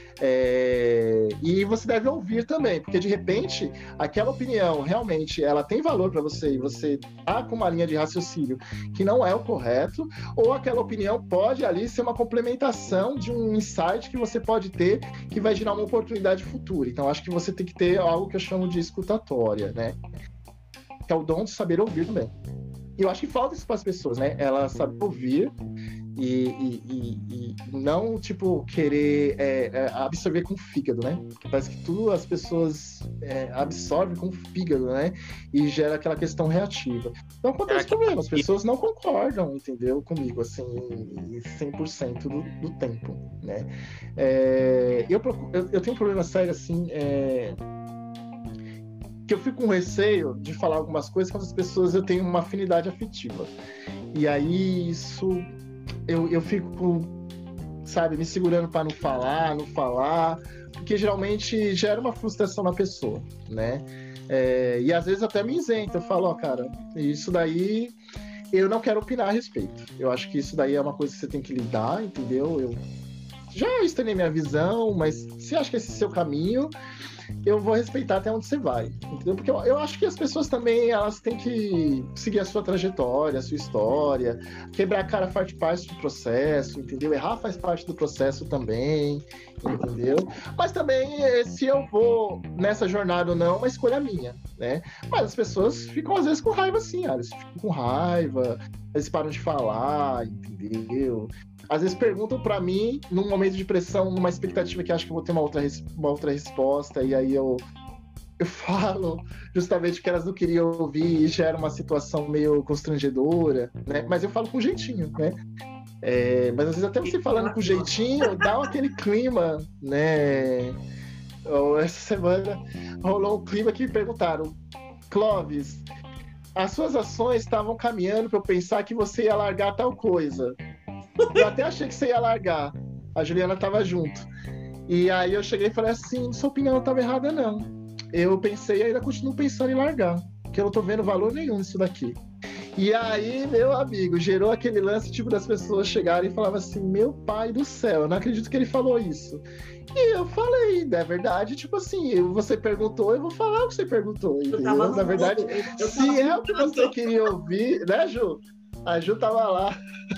É... E você deve ouvir também, porque de repente aquela opinião realmente ela tem valor para você e você tá com uma linha de raciocínio que não é o correto, ou aquela opinião pode ali ser uma complementação de um insight que você pode ter que vai gerar uma oportunidade futura. Então acho que você tem que ter algo que eu chamo de escutatória, né? Que é o dom de saber ouvir também. E eu acho que falta isso para as pessoas, né? Elas sabem ouvir e, e, e, e não, tipo, querer é, é, absorver com o fígado, né? Porque parece que tudo as pessoas é, absorvem com o fígado, né? E gera aquela questão reativa. Então acontece problema, as pessoas não concordam, entendeu? Comigo, assim, cem por cento do, do tempo, né? É, eu, procuro, eu, eu tenho um problema sério, assim, é, que eu fico com receio de falar algumas coisas com as pessoas eu tenho uma afinidade afetiva. E aí isso eu, eu fico, sabe, me segurando para não falar, não falar, porque geralmente gera uma frustração na pessoa, né? É, e às vezes até me isento, eu falo, ó, cara, isso daí eu não quero opinar a respeito. Eu acho que isso daí é uma coisa que você tem que lidar, entendeu? Eu já externei minha visão, mas se acha que esse é o seu caminho, eu vou respeitar até onde você vai, entendeu? Porque eu, eu acho que as pessoas também, elas têm que seguir a sua trajetória, a sua história, quebrar a cara faz parte do processo, entendeu? Errar faz parte do processo também, entendeu? Mas também, se eu vou nessa jornada ou não, é uma escolha minha, né? Mas as pessoas ficam, às vezes, com raiva, sim, eles ficam com raiva, eles param de falar, entendeu? Às vezes perguntam pra mim, num momento de pressão, numa expectativa que acho que eu vou ter uma outra, uma outra resposta, e aí eu, eu falo justamente o que elas não queriam ouvir e gera uma situação meio constrangedora, né? Mas eu falo com jeitinho, né? É, mas às vezes até você falando com jeitinho, dá aquele clima, né? Essa semana rolou um clima que me perguntaram, Clóvis, as suas ações estavam caminhando para eu pensar que você ia largar tal coisa. Eu até achei que você ia largar. A Juliana tava junto. E aí eu cheguei e falei assim, sua opinião não estava errada, não. Eu pensei e ainda continuo pensando em largar. Porque eu não tô vendo valor nenhum nisso daqui. E aí, meu amigo, gerou aquele lance tipo das pessoas chegarem e falavam assim, meu pai do céu, eu não acredito que ele falou isso. E eu falei, na verdade, tipo assim, você perguntou, eu vou falar o que você perguntou, entendeu? Na verdade, eu se é o que você queria ouvir, né, Ju? A Ju tava lá.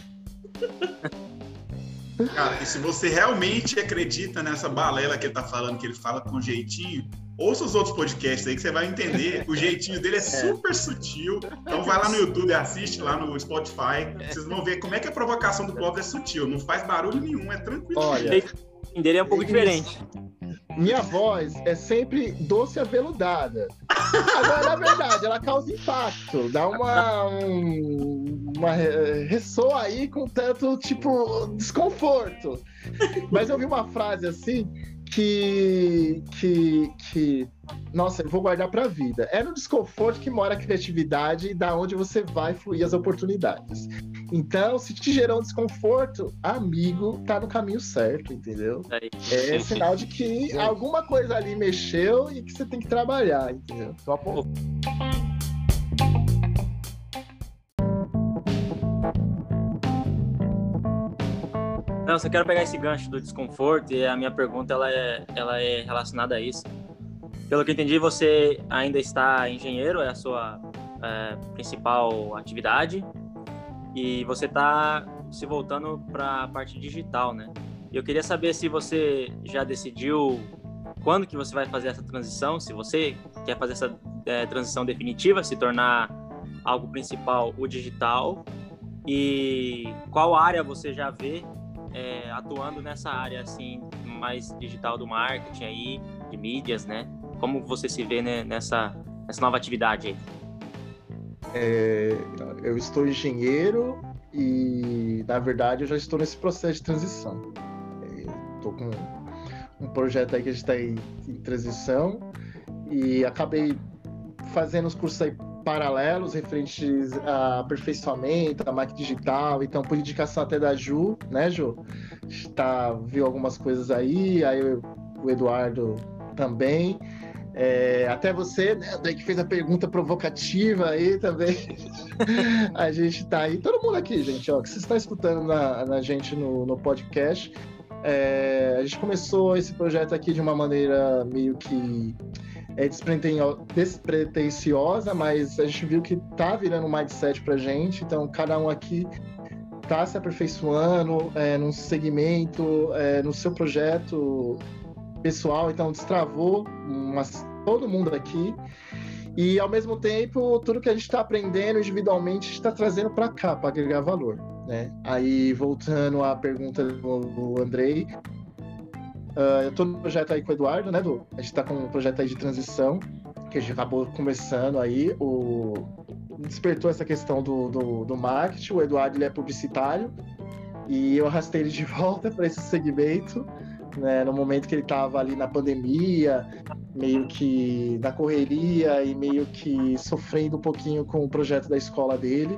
Cara, e se você realmente acredita nessa balela que ele tá falando, que ele fala com jeitinho, ouça os outros podcasts aí que você vai entender. O jeitinho dele é super sutil. Então vai lá no YouTube, assiste lá no Spotify. Vocês vão ver como é que a provocação do Clóvis é sutil. Não faz barulho nenhum, é tranquilo. Olha, O jeitinho dele é um pouco diferente. Minha voz é sempre doce aveludada. Agora, na verdade, ela causa impacto. Dá uma... Um, uma ressoa aí com tanto, tipo, desconforto. Mas eu vi uma frase assim... Que, que, que, nossa, eu vou guardar pra vida. É no desconforto que mora a criatividade e da onde você vai fluir as oportunidades. Então, se te gerar um desconforto, amigo, tá no caminho certo, entendeu? É sinal de que alguma coisa ali mexeu e que você tem que trabalhar, entendeu? Só por... Não, só quero pegar esse gancho do desconforto e a minha pergunta ela é, ela é relacionada a isso. Pelo que eu entendi, você ainda está engenheiro, é a sua é, principal atividade e você está se voltando para a parte digital, né? E eu queria saber se você já decidiu quando que você vai fazer essa transição, se você quer fazer essa é, transição definitiva, se tornar algo principal o digital e qual área você já vê É, atuando nessa área assim mais digital do marketing aí, de mídias, né? Como você se vê, né, nessa, nessa nova atividade aí? É, eu estou engenheiro e, na verdade, eu já estou nesse processo de transição. Estou com um projeto aí que a gente está em, em transição e acabei fazendo os cursos aí paralelos referentes a aperfeiçoamento, a marketing digital, então por indicação até da Ju, né, Ju? Tá, viu algumas coisas aí, aí eu, o Eduardo também. É, até você, né, André, que fez a pergunta provocativa aí também. A gente tá aí, todo mundo aqui, gente, ó, que vocês estão escutando na, na gente no, no podcast. É, a gente começou esse projeto aqui de uma maneira meio que é, despretensiosa, mas a gente viu que tá virando um mindset pra gente, então cada um aqui tá se aperfeiçoando é, num segmento, é, no seu projeto pessoal, então destravou umas, todo mundo aqui, e ao mesmo tempo tudo que a gente está aprendendo individualmente está trazendo para cá, para agregar valor, né? Aí voltando à pergunta do, do Andrei, uh, eu estou no projeto aí com o Eduardo, né, Du? A gente está com um projeto aí de transição, que a gente acabou começando aí, o... despertou essa questão do, do, do marketing. O Eduardo, ele é publicitário, e eu arrastei ele de volta para esse segmento, né, no momento que ele estava ali na pandemia, meio que na correria e meio que sofrendo um pouquinho com o projeto da escola dele.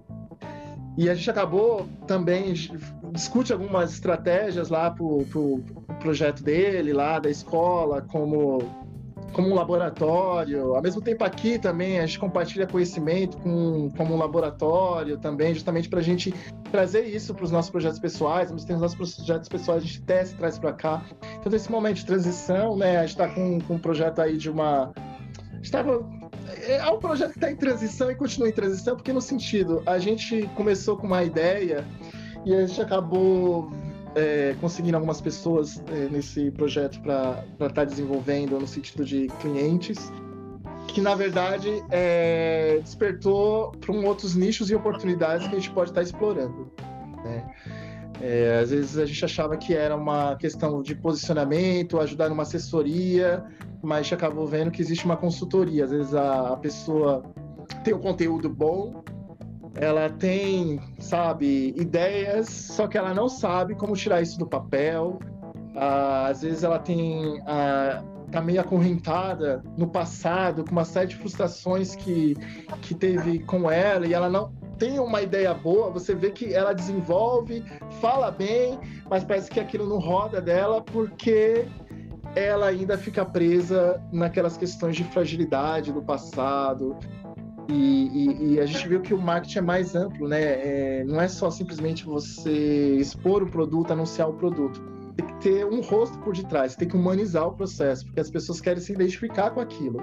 E a gente acabou também, discute algumas estratégias lá para o pro, pro projeto dele, lá da escola, como, como um laboratório. Ao mesmo tempo aqui também a gente compartilha conhecimento com, como um laboratório também, justamente para a gente trazer isso para os nossos projetos pessoais. Mas tem os nossos projetos pessoais, a gente testa e traz para cá. Então, nesse momento de transição, né, a gente está com, com um projeto aí de uma... A gente tava... É um projeto que está em transição e continua em transição, porque no sentido, a gente começou com uma ideia e a gente acabou é, conseguindo algumas pessoas é, nesse projeto para estar tá desenvolvendo no sentido de clientes, que na verdade é, despertou para um outros nichos e oportunidades que a gente pode estar explorando, né? É, às vezes a gente achava que era uma questão de posicionamento, ajudar numa assessoria, mas a gente acabou vendo que existe uma consultoria. Às vezes a, a pessoa tem um conteúdo bom, ela tem, sabe, ideias, só que ela não sabe como tirar isso do papel. Ah, às vezes ela tem... Ah, tá meio acorrentada no passado, com uma série de frustrações que, que teve com ela, e ela não tem uma ideia boa. Você vê que ela desenvolve, fala bem, mas parece que aquilo não roda dela, porque ela ainda fica presa naquelas questões de fragilidade do passado. E, e, e a gente viu que o marketing é mais amplo, né? É, não é só simplesmente você expor o produto, anunciar o produto. Tem que ter um rosto por detrás, tem que humanizar o processo, porque as pessoas querem se identificar com aquilo.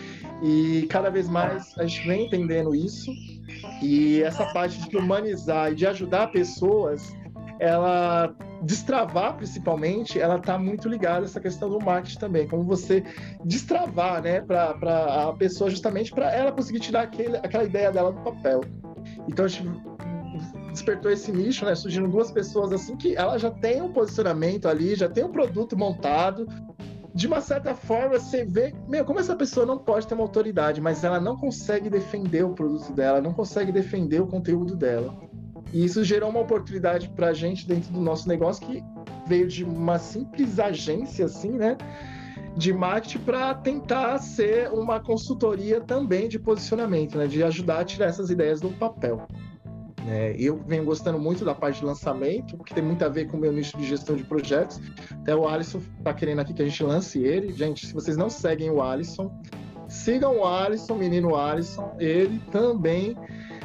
E cada vez mais a gente vem entendendo isso, e essa parte de humanizar e de ajudar pessoas, ela destravar principalmente, ela está muito ligada a essa questão do marketing também, como você destravar, né, para a pessoa, justamente para ela conseguir tirar aquele, aquela ideia dela do papel. Então a gente despertou esse nicho, né? Surgiram duas pessoas assim que ela já tem um posicionamento ali, já tem um produto montado. De uma certa forma, você vê, meu, como essa pessoa não pode ter uma autoridade, mas ela não consegue defender o produto dela, não consegue defender o conteúdo dela. E isso gerou uma oportunidade pra gente dentro do nosso negócio, que veio de uma simples agência, assim, né, de marketing, para tentar ser uma consultoria também de posicionamento, né, de ajudar a tirar essas ideias do papel. É, eu venho gostando muito da parte de lançamento, porque tem muito a ver com o meu nicho de gestão de projetos. Até o Alisson está querendo aqui que a gente lance ele. Gente, se vocês não seguem o Alisson, sigam o Alisson, menino Alisson. Ele também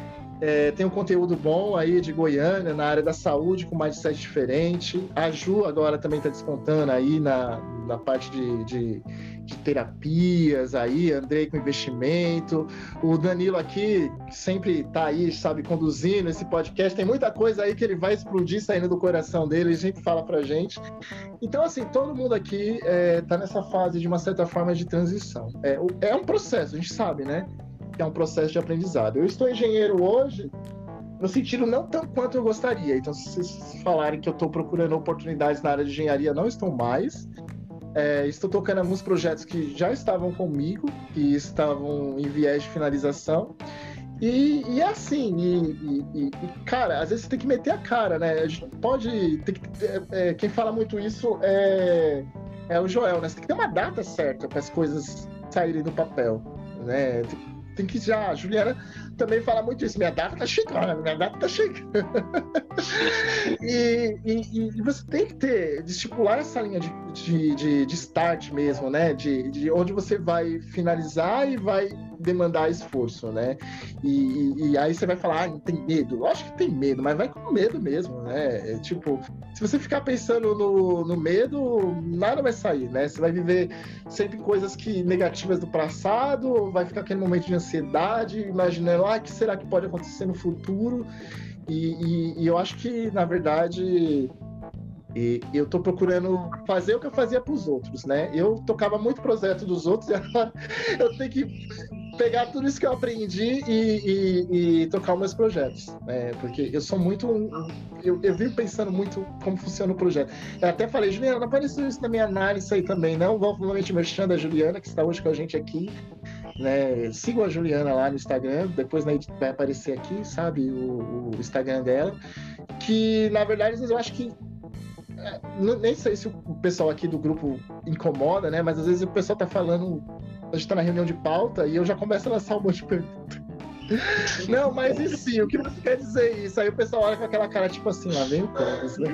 é, tem um conteúdo bom aí de Goiânia, na área da saúde, com mindset diferente. A Ju agora também está descontando aí na, na parte de, de, de terapias aí, Andrei com investimento, o Danilo aqui, que sempre está aí, sabe, conduzindo esse podcast. Tem muita coisa aí que ele vai explodir saindo do coração dele, ele sempre fala pra gente. Então, assim, todo mundo aqui está é, nessa fase, de uma certa forma, de transição. É, é um processo, a gente sabe, né? É um processo de aprendizado. Eu estou engenheiro hoje, no sentido não tão quanto eu gostaria. Então, se vocês falarem que eu estou procurando oportunidades na área de engenharia, não estou mais. É, estou tocando alguns projetos que já estavam comigo, que estavam em viés de finalização. E, e é assim, e, e, e, cara, às vezes você tem que meter a cara, né? A gente pode... Tem que, é, é, quem fala muito isso é, é o Joel, né? Você tem que ter uma data certa para as coisas saírem do papel, né? Tem que já, a Juliana também fala muito isso, minha data tá chegando, minha data tá chegando. e, e, e você tem que ter, de estipular essa linha de, de, de, de start mesmo, né? De, de onde você vai finalizar e vai demandar esforço, né? E, e, e aí você vai falar, ah, tem medo. Lógico que tem medo, mas vai com medo mesmo, né? É, tipo, se você ficar pensando no, no medo, nada vai sair, né? Você vai viver sempre coisas que negativas do passado, vai ficar aquele momento de ansiedade, imaginando, ah, o que será que pode acontecer no futuro? E, e, e eu acho que, na verdade, e eu tô procurando fazer o que eu fazia para os outros, né? Eu tocava muito projeto dos outros e agora eu tenho que pegar tudo isso que eu aprendi e, e, e tocar os meus projetos, né? Porque eu sou muito... Eu, eu vivo pensando muito como funciona o projeto. Eu até falei, Juliana, não apareceu isso na minha análise aí também, não? Vou novamente mexendo a Juliana, que está hoje com a gente aqui, né? Sigam a Juliana lá no Instagram, depois vai aparecer aqui, sabe? O, o Instagram dela, que, na verdade, eu acho que nem sei se o pessoal aqui do grupo incomoda, né? Mas às vezes o pessoal tá falando, a gente tá na reunião de pauta e eu já começo a lançar um monte de perguntas. Não, mas e sim, o que você quer dizer isso? Aí o pessoal olha com aquela cara tipo assim, lá vem o Clóvis, né?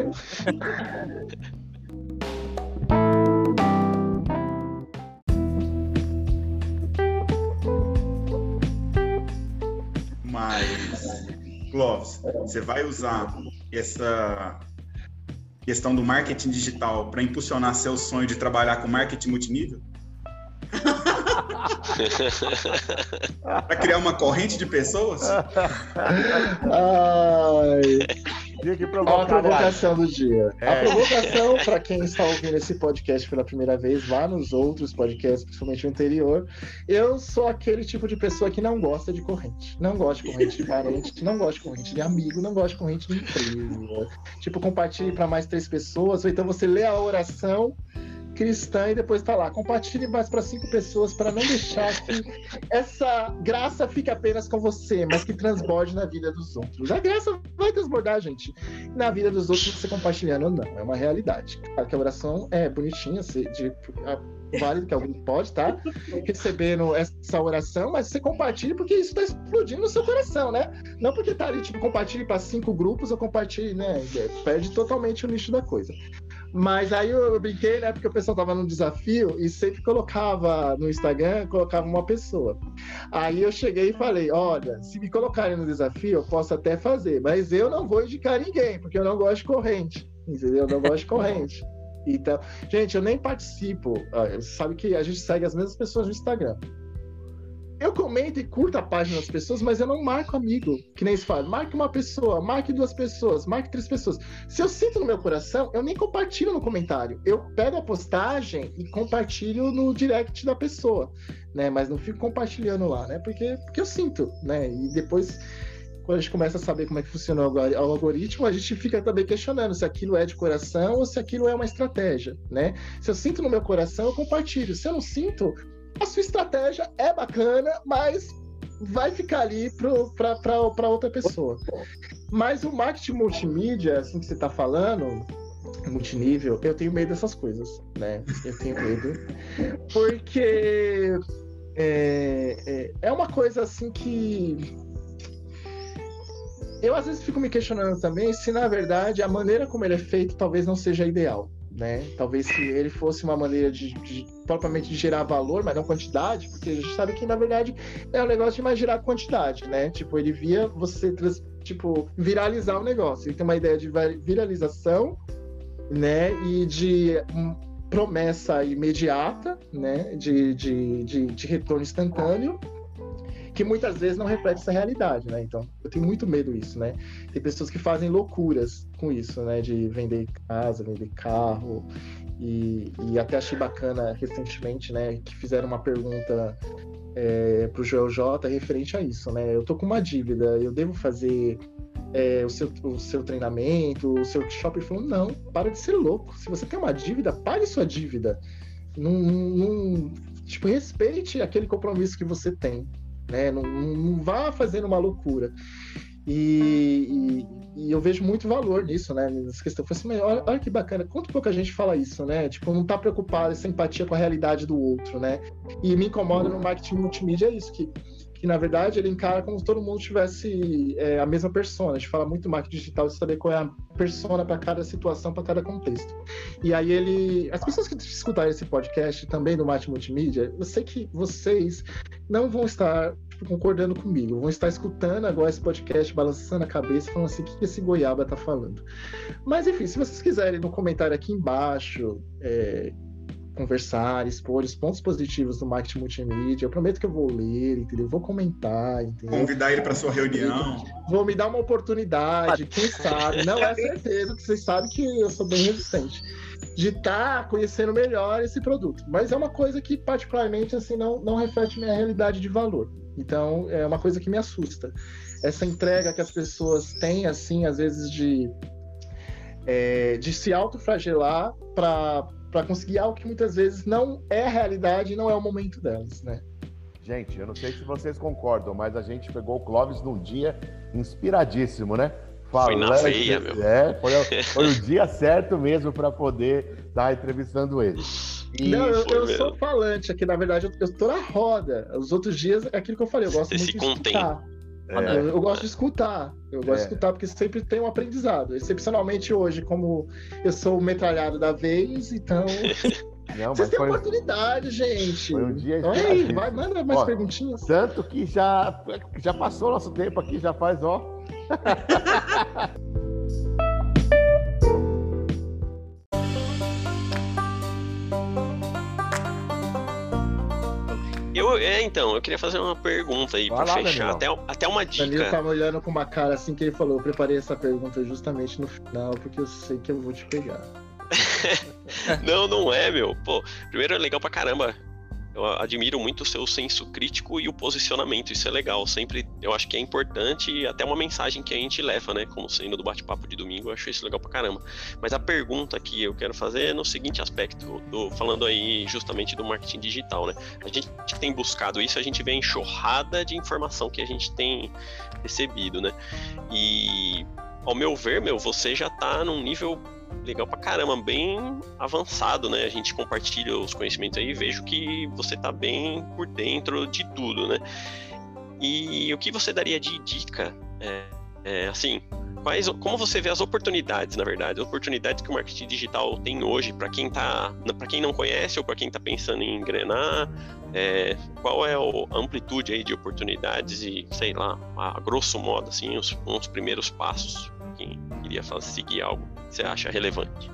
Mas, Clóvis, você vai usar essa questão do marketing digital para impulsionar seu sonho de trabalhar com marketing multinível? Para criar uma corrente de pessoas? Ai. Tinha que Ó, a provocar, provocação do dia. É. A provocação, para quem está ouvindo esse podcast pela primeira vez, vá nos outros podcasts, principalmente o anterior. Eu sou aquele tipo de pessoa que não gosta de corrente. Não gosta de corrente de parente, não gosta de corrente de amigo, não gosta de corrente de empresa. Tipo, compartilhe para mais três pessoas, ou então você lê a oração cristã e depois tá lá, compartilhe mais para cinco pessoas para não deixar que essa graça fique apenas com você, mas que transborde na vida dos outros. A graça vai transbordar, gente, na vida dos outros, você compartilhando ou não, é uma realidade. Claro que a oração é bonitinha, de, de, válido que alguém pode estar tá recebendo essa oração, mas você compartilha porque isso está explodindo no seu coração, né? Não porque tá ali, tipo, compartilhe para cinco grupos ou compartilhe, né? Perde totalmente o nicho da coisa. Mas aí eu, eu brinquei, né? Porque o pessoal tava num desafio e sempre colocava no Instagram, colocava uma pessoa. Aí eu cheguei e falei, olha, se me colocarem no desafio, eu posso até fazer, mas eu não vou indicar ninguém, porque eu não gosto de corrente, entendeu? Eu não gosto de corrente. Então, gente, eu nem participo. Sabe que a gente segue as mesmas pessoas no Instagram. Eu comento e curto a página das pessoas, mas eu não marco amigo, que nem se fala. Marque uma pessoa, marque duas pessoas, marque três pessoas. Se eu sinto no meu coração, eu nem compartilho no comentário. Eu pego a postagem e compartilho no direct da pessoa, né? Mas não fico compartilhando lá, né? Porque, porque eu sinto, né? E depois, quando a gente começa a saber como é que funciona o algoritmo, a gente fica também questionando se aquilo é de coração ou se aquilo é uma estratégia, né? Se eu sinto no meu coração, eu compartilho. Se eu não sinto, a sua estratégia é bacana, mas vai ficar ali para outra pessoa. Mas o marketing multimídia, assim que você está falando, multinível, eu tenho medo dessas coisas, né? Eu tenho medo. Porque é, é, é uma coisa assim que... Eu às vezes fico me questionando também se, na verdade, a maneira como ele é feito talvez não seja ideal, né? Talvez se ele fosse uma maneira de, de propriamente de gerar valor, mas não quantidade, porque a gente sabe que, na verdade, é um negócio de mais gerar quantidade, né? Tipo, ele via você, trans, tipo, viralizar o negócio. Ele tem uma ideia de viralização, né? E de um, promessa imediata, né? De, de, de, de retorno instantâneo, que muitas vezes não reflete essa realidade, né? Então, eu tenho muito medo disso, né? Tem pessoas que fazem loucuras com isso, né? De vender casa, vender carro. E, e até achei bacana recentemente, né? Que fizeram uma pergunta é, pro Joel J referente a isso, né? Eu tô com uma dívida, eu devo fazer é, o, seu, o seu treinamento, o seu workshop? Ele falou, não, para de ser louco. Se você tem uma dívida, pague sua dívida. Não, não, tipo, respeite aquele compromisso que você tem. Né? Não, não vá fazendo uma loucura. E, e, e eu vejo muito valor nisso, né? Nessa questão. Eu falei assim, mas olha, olha que bacana, quanto pouca gente fala isso, né? Tipo, não tá preocupado, essa empatia com a realidade do outro, né? E me incomoda no marketing multimídia é isso, que, que na verdade ele encara como se todo mundo tivesse é, a mesma persona. A gente fala muito do marketing digital de saber qual é a persona para cada situação, para cada contexto. E aí ele... As pessoas que escutarem esse podcast também do marketing multimídia, eu sei que vocês não vão estar concordando comigo, vão estar escutando agora esse podcast, balançando a cabeça, falando assim, o que esse goiaba tá falando? Mas enfim, se vocês quiserem no comentário aqui embaixo é, conversar, expor os pontos positivos do marketing multimídia, eu prometo que eu vou ler, entendeu? Vou comentar, entendeu? Convidar ele para sua reunião. Vou me dar uma oportunidade, quem sabe, não é certeza, porque vocês sabem que eu sou bem resistente, de estar tá conhecendo melhor esse produto, mas é uma coisa que particularmente assim, não, não reflete minha realidade de valor. Então, é uma coisa que me assusta. Essa entrega que as pessoas têm, assim, às vezes, de, é, de se autoflagelar para conseguir algo que muitas vezes não é a realidade e não é o momento delas, né? Gente, eu não sei se vocês concordam, mas a gente pegou o Clóvis num dia inspiradíssimo, né? Foi na veia, meu. É, foi, foi o dia certo mesmo para poder estar entrevistando ele. E não, eu, eu sou falante aqui, na verdade, eu, eu tô na roda. Os outros dias é aquilo que eu falei, eu gosto Você muito se de contém. escutar. É. Eu, eu gosto de escutar, eu gosto é. de escutar porque sempre tem um aprendizado. Excepcionalmente hoje, como eu sou o metralhado da vez, então... Não, vocês têm foi... oportunidade, gente. Foi um dia Olha aí, vai, manda mais ó, perguntinhas. Tanto que já, já passou nosso tempo aqui, já faz, ó. Eu, é, então, eu queria fazer uma pergunta aí para fechar, até, até uma dica. O Danilo tá me olhando com uma cara assim que ele falou, eu preparei essa pergunta justamente no final, porque eu sei que eu vou te pegar. Não, não é, meu. Pô, primeiro é legal pra caramba. Eu admiro muito o seu senso crítico e o posicionamento, isso é legal. Sempre, eu acho que é importante e até uma mensagem que a gente leva, né? Como sendo do bate-papo de domingo, eu acho isso legal pra caramba. Mas a pergunta que eu quero fazer é no seguinte aspecto, do, falando aí justamente do marketing digital, né? A gente tem buscado isso, a gente vê a enxurrada de informação que a gente tem recebido, né? E, ao meu ver, meu, você já tá num nível legal pra caramba, bem avançado, né? A gente compartilha os conhecimentos aí e vejo que você tá bem por dentro de tudo, né? E o que você daria de dica? É, é, assim, quais, como você vê as oportunidades, na verdade, as oportunidades que o marketing digital tem hoje para quem tá, para quem não conhece ou para quem tá pensando em engrenar? É, qual é a amplitude aí de oportunidades e, sei lá, a grosso modo, assim, os, os primeiros passos? Quem queria fazer, seguir algo que você acha relevante?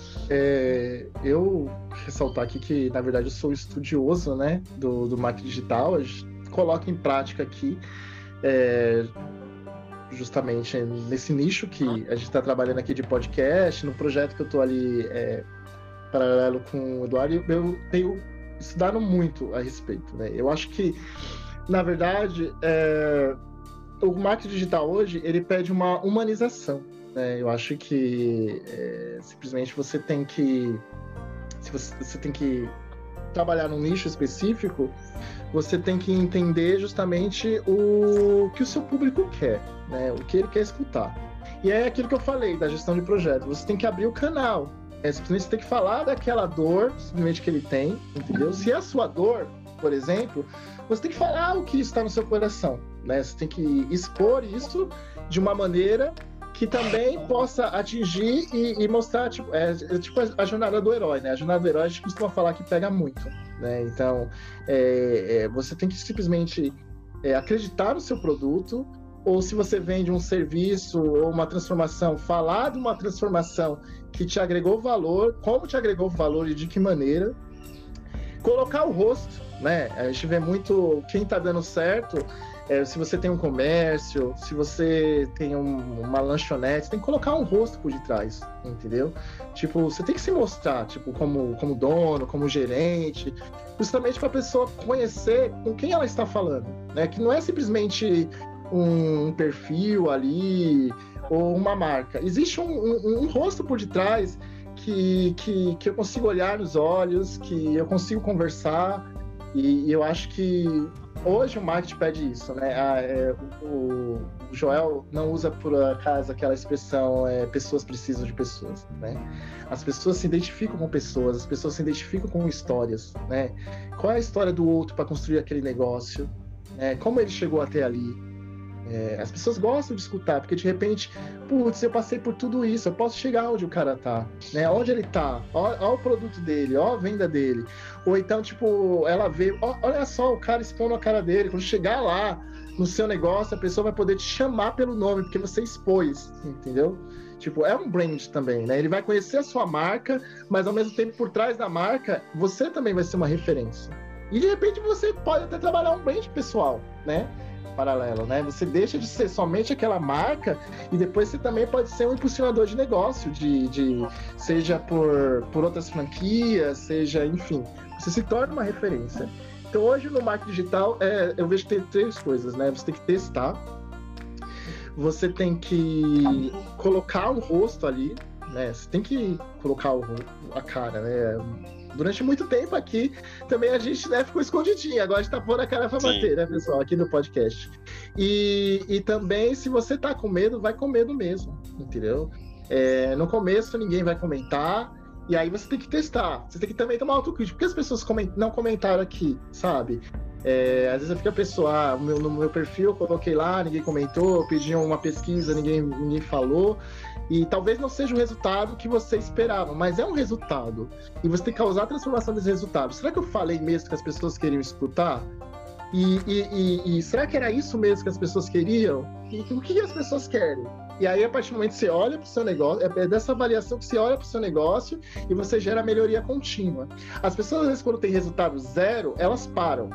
É, eu ressaltar aqui que, na verdade, eu sou estudioso, né, do, do marketing digital. A gente coloca em prática aqui, é, justamente nesse nicho que a gente está trabalhando aqui de podcast, no projeto que eu estou ali é, paralelo com o Eduardo, eu tenho estudado muito a respeito, né? Eu acho que, na verdade, é, o marketing digital hoje, ele pede uma humanização, né? Eu acho que é, simplesmente você tem que se você, você tem que trabalhar num nicho específico, você tem que entender justamente o que o seu público quer, né? O que ele quer escutar. E é aquilo que eu falei da gestão de projeto, você tem que abrir o canal, é, simplesmente você tem que falar daquela dor simplesmente que ele tem, entendeu? Se é a sua dor, por exemplo, você tem que falar o que está no seu coração, né? Você tem que expor isso de uma maneira que também possa atingir e, e mostrar, tipo, é, é tipo a, a jornada do herói, né? A jornada do herói a gente costuma falar que pega muito, né? Então, é, é, você tem que simplesmente é, acreditar no seu produto, ou se você vende um serviço ou uma transformação, falar de uma transformação que te agregou valor, como te agregou valor e de que maneira, colocar o rosto, né? A gente vê muito quem tá dando certo. É, se você tem um comércio, se você tem um, uma lanchonete, você tem que colocar um rosto por detrás, entendeu? Tipo, você tem que se mostrar, tipo, como, como dono, como gerente, justamente para a pessoa conhecer com quem ela está falando, né? Que não é simplesmente um perfil ali ou uma marca. Existe um, um, um rosto por detrás que, que, que eu consigo olhar nos olhos, que eu consigo conversar, E, e eu acho que hoje o marketing pede isso, né? Ah, é, o, o Joel não usa por acaso aquela expressão é, pessoas precisam de pessoas, né? As pessoas se identificam com pessoas, as pessoas se identificam com histórias, né? Qual é a história do outro para construir aquele negócio? Né? Como ele chegou até ali? É, as pessoas gostam de escutar, porque de repente, putz, eu passei por tudo isso, eu posso chegar onde o cara tá, né? Onde ele tá, ó, ó o produto dele, ó a venda dele. Ou então, tipo, ela vê, ó, olha só o cara expondo a cara dele. Quando chegar lá no seu negócio, a pessoa vai poder te chamar pelo nome, porque você expôs, entendeu? Tipo, é um brand também, né? Ele vai conhecer a sua marca, mas ao mesmo tempo, por trás da marca, você também vai ser uma referência. E de repente você pode até trabalhar um brand pessoal, né? Paralelo, né? Você deixa de ser somente aquela marca e depois você também pode ser um impulsionador de negócio, de, de seja por, por outras franquias, seja, enfim, você se torna uma referência. Então hoje no marketing digital é, eu vejo que tem três coisas, né? Você tem que testar, você tem que colocar um rosto ali, né? Você tem que colocar o, a cara, né? Durante muito tempo aqui, também a gente né, ficou escondidinho. Agora a gente tá pondo a cara pra bater, né, pessoal? Aqui no podcast. E, e também, se você tá com medo, vai com medo mesmo, entendeu? É, no começo, ninguém vai comentar. E aí você tem que testar. Você tem que também tomar autocrítica. Por que as pessoas coment- não comentaram aqui, sabe? É, às vezes fica a pessoa, ah, meu, no meu perfil eu coloquei lá, ninguém comentou, eu pedi uma pesquisa, ninguém, ninguém falou. E talvez não seja o resultado que você esperava, mas é um resultado. E você tem que causar a transformação desse resultado. Será que eu falei mesmo que as pessoas queriam escutar? E, e, e, e será que era isso mesmo que as pessoas queriam? E o que as pessoas querem? E aí, a partir do momento que você olha para o seu negócio, é dessa avaliação que você olha para o seu negócio e você gera melhoria contínua. As pessoas, às vezes, quando tem resultado zero, elas param.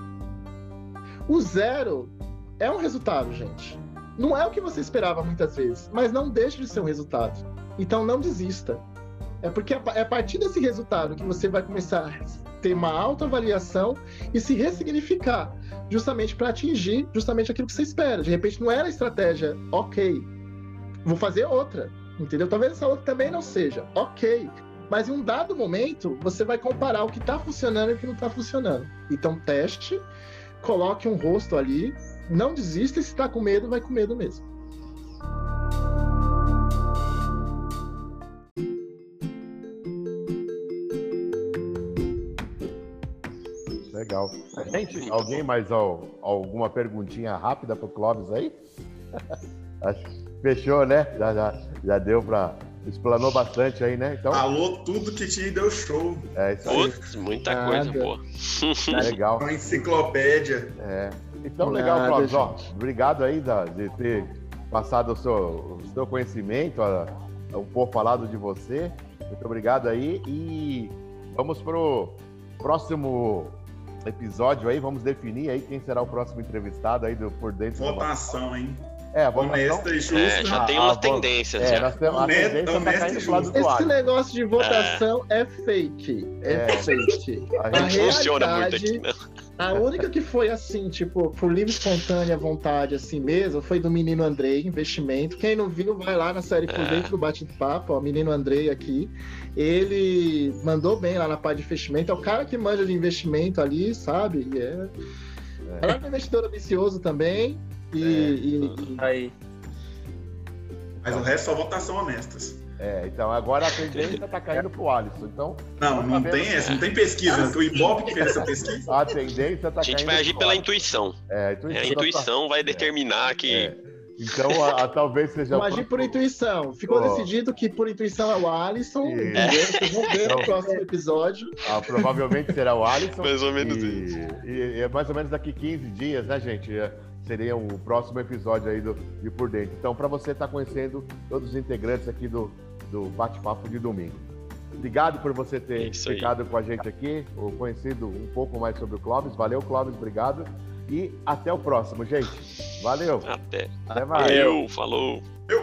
O zero é um resultado, gente. Não é o que você esperava muitas vezes, mas não deixa de ser um resultado. Então não desista. É porque é a partir desse resultado que você vai começar a ter uma autoavaliação e se ressignificar, justamente para atingir justamente aquilo que você espera. De repente não era a estratégia, ok, vou fazer outra, entendeu? Talvez essa outra também não seja, ok. Mas em um dado momento, você vai comparar o que está funcionando e o que não está funcionando. Então teste, coloque um rosto ali, não desista, e se está com medo, vai com medo mesmo. Legal. Gente, alguém mais ó, alguma perguntinha rápida para o Clóvis aí? Acho que fechou, né? Já, já, já deu para... Explanou bastante aí, né? Então... Falou tudo que te deu show. É isso aí. Putz, muita Nada. coisa boa. Legal. Uma enciclopédia. É. Então, legal, Nada, Clóvis. Ó, obrigado aí da, de ter passado o seu, o seu conhecimento, a, a, um pouco falado de você. Muito obrigado aí. E vamos pro próximo episódio aí. Vamos definir aí quem será o próximo entrevistado aí do Por Dentro. Votação, hein? É, vamos honesta e justa. É, já tem uma tendência. É, nós temos a tendência tá caindo pro lado do Esse ar. negócio de votação é, é fake. É, é fake. A gente a funciona muito aqui, né? A única que foi assim, tipo, por livre espontânea vontade, assim mesmo, foi do Menino Andrei, investimento. Quem não viu, vai lá na série Por Dentro do Bate-Papo, ó, Menino Andrei aqui. Ele mandou bem lá na parte de investimento. É o cara que manja de investimento ali, sabe? E é... é. Ela é um investidor ambicioso também. E, é. e, e... Aí. Mas o resto só votação honestas. É, então agora a tendência tá caindo pro Alisson. Então, não, não tem essa, não tem pesquisa. O Ibope que fez essa pesquisa. A tendência tá caindo. A gente vai agir pela intuição. É, a intuição, é, a intuição vai determinar é. que. É. Então, a, a, talvez seja. Vamos agir por intuição. Ficou oh. decidido que por intuição é o Alisson. E... É. Vocês vão ver no próximo episódio. Ah, provavelmente será o Alisson. Mais ou menos e, isso. E é mais ou menos daqui quinze dias, né, gente? É, seria o próximo episódio aí do de Por Dentro. Então, para você estar tá conhecendo todos os integrantes aqui do, do Bate-Papo de domingo. Obrigado por você ter Isso ficado aí. com a gente aqui, ou conhecido um pouco mais sobre o Clóvis. Valeu, Clóvis, obrigado. E até o próximo, gente. Valeu. Até. Até mais. Valeu, falou. Eu.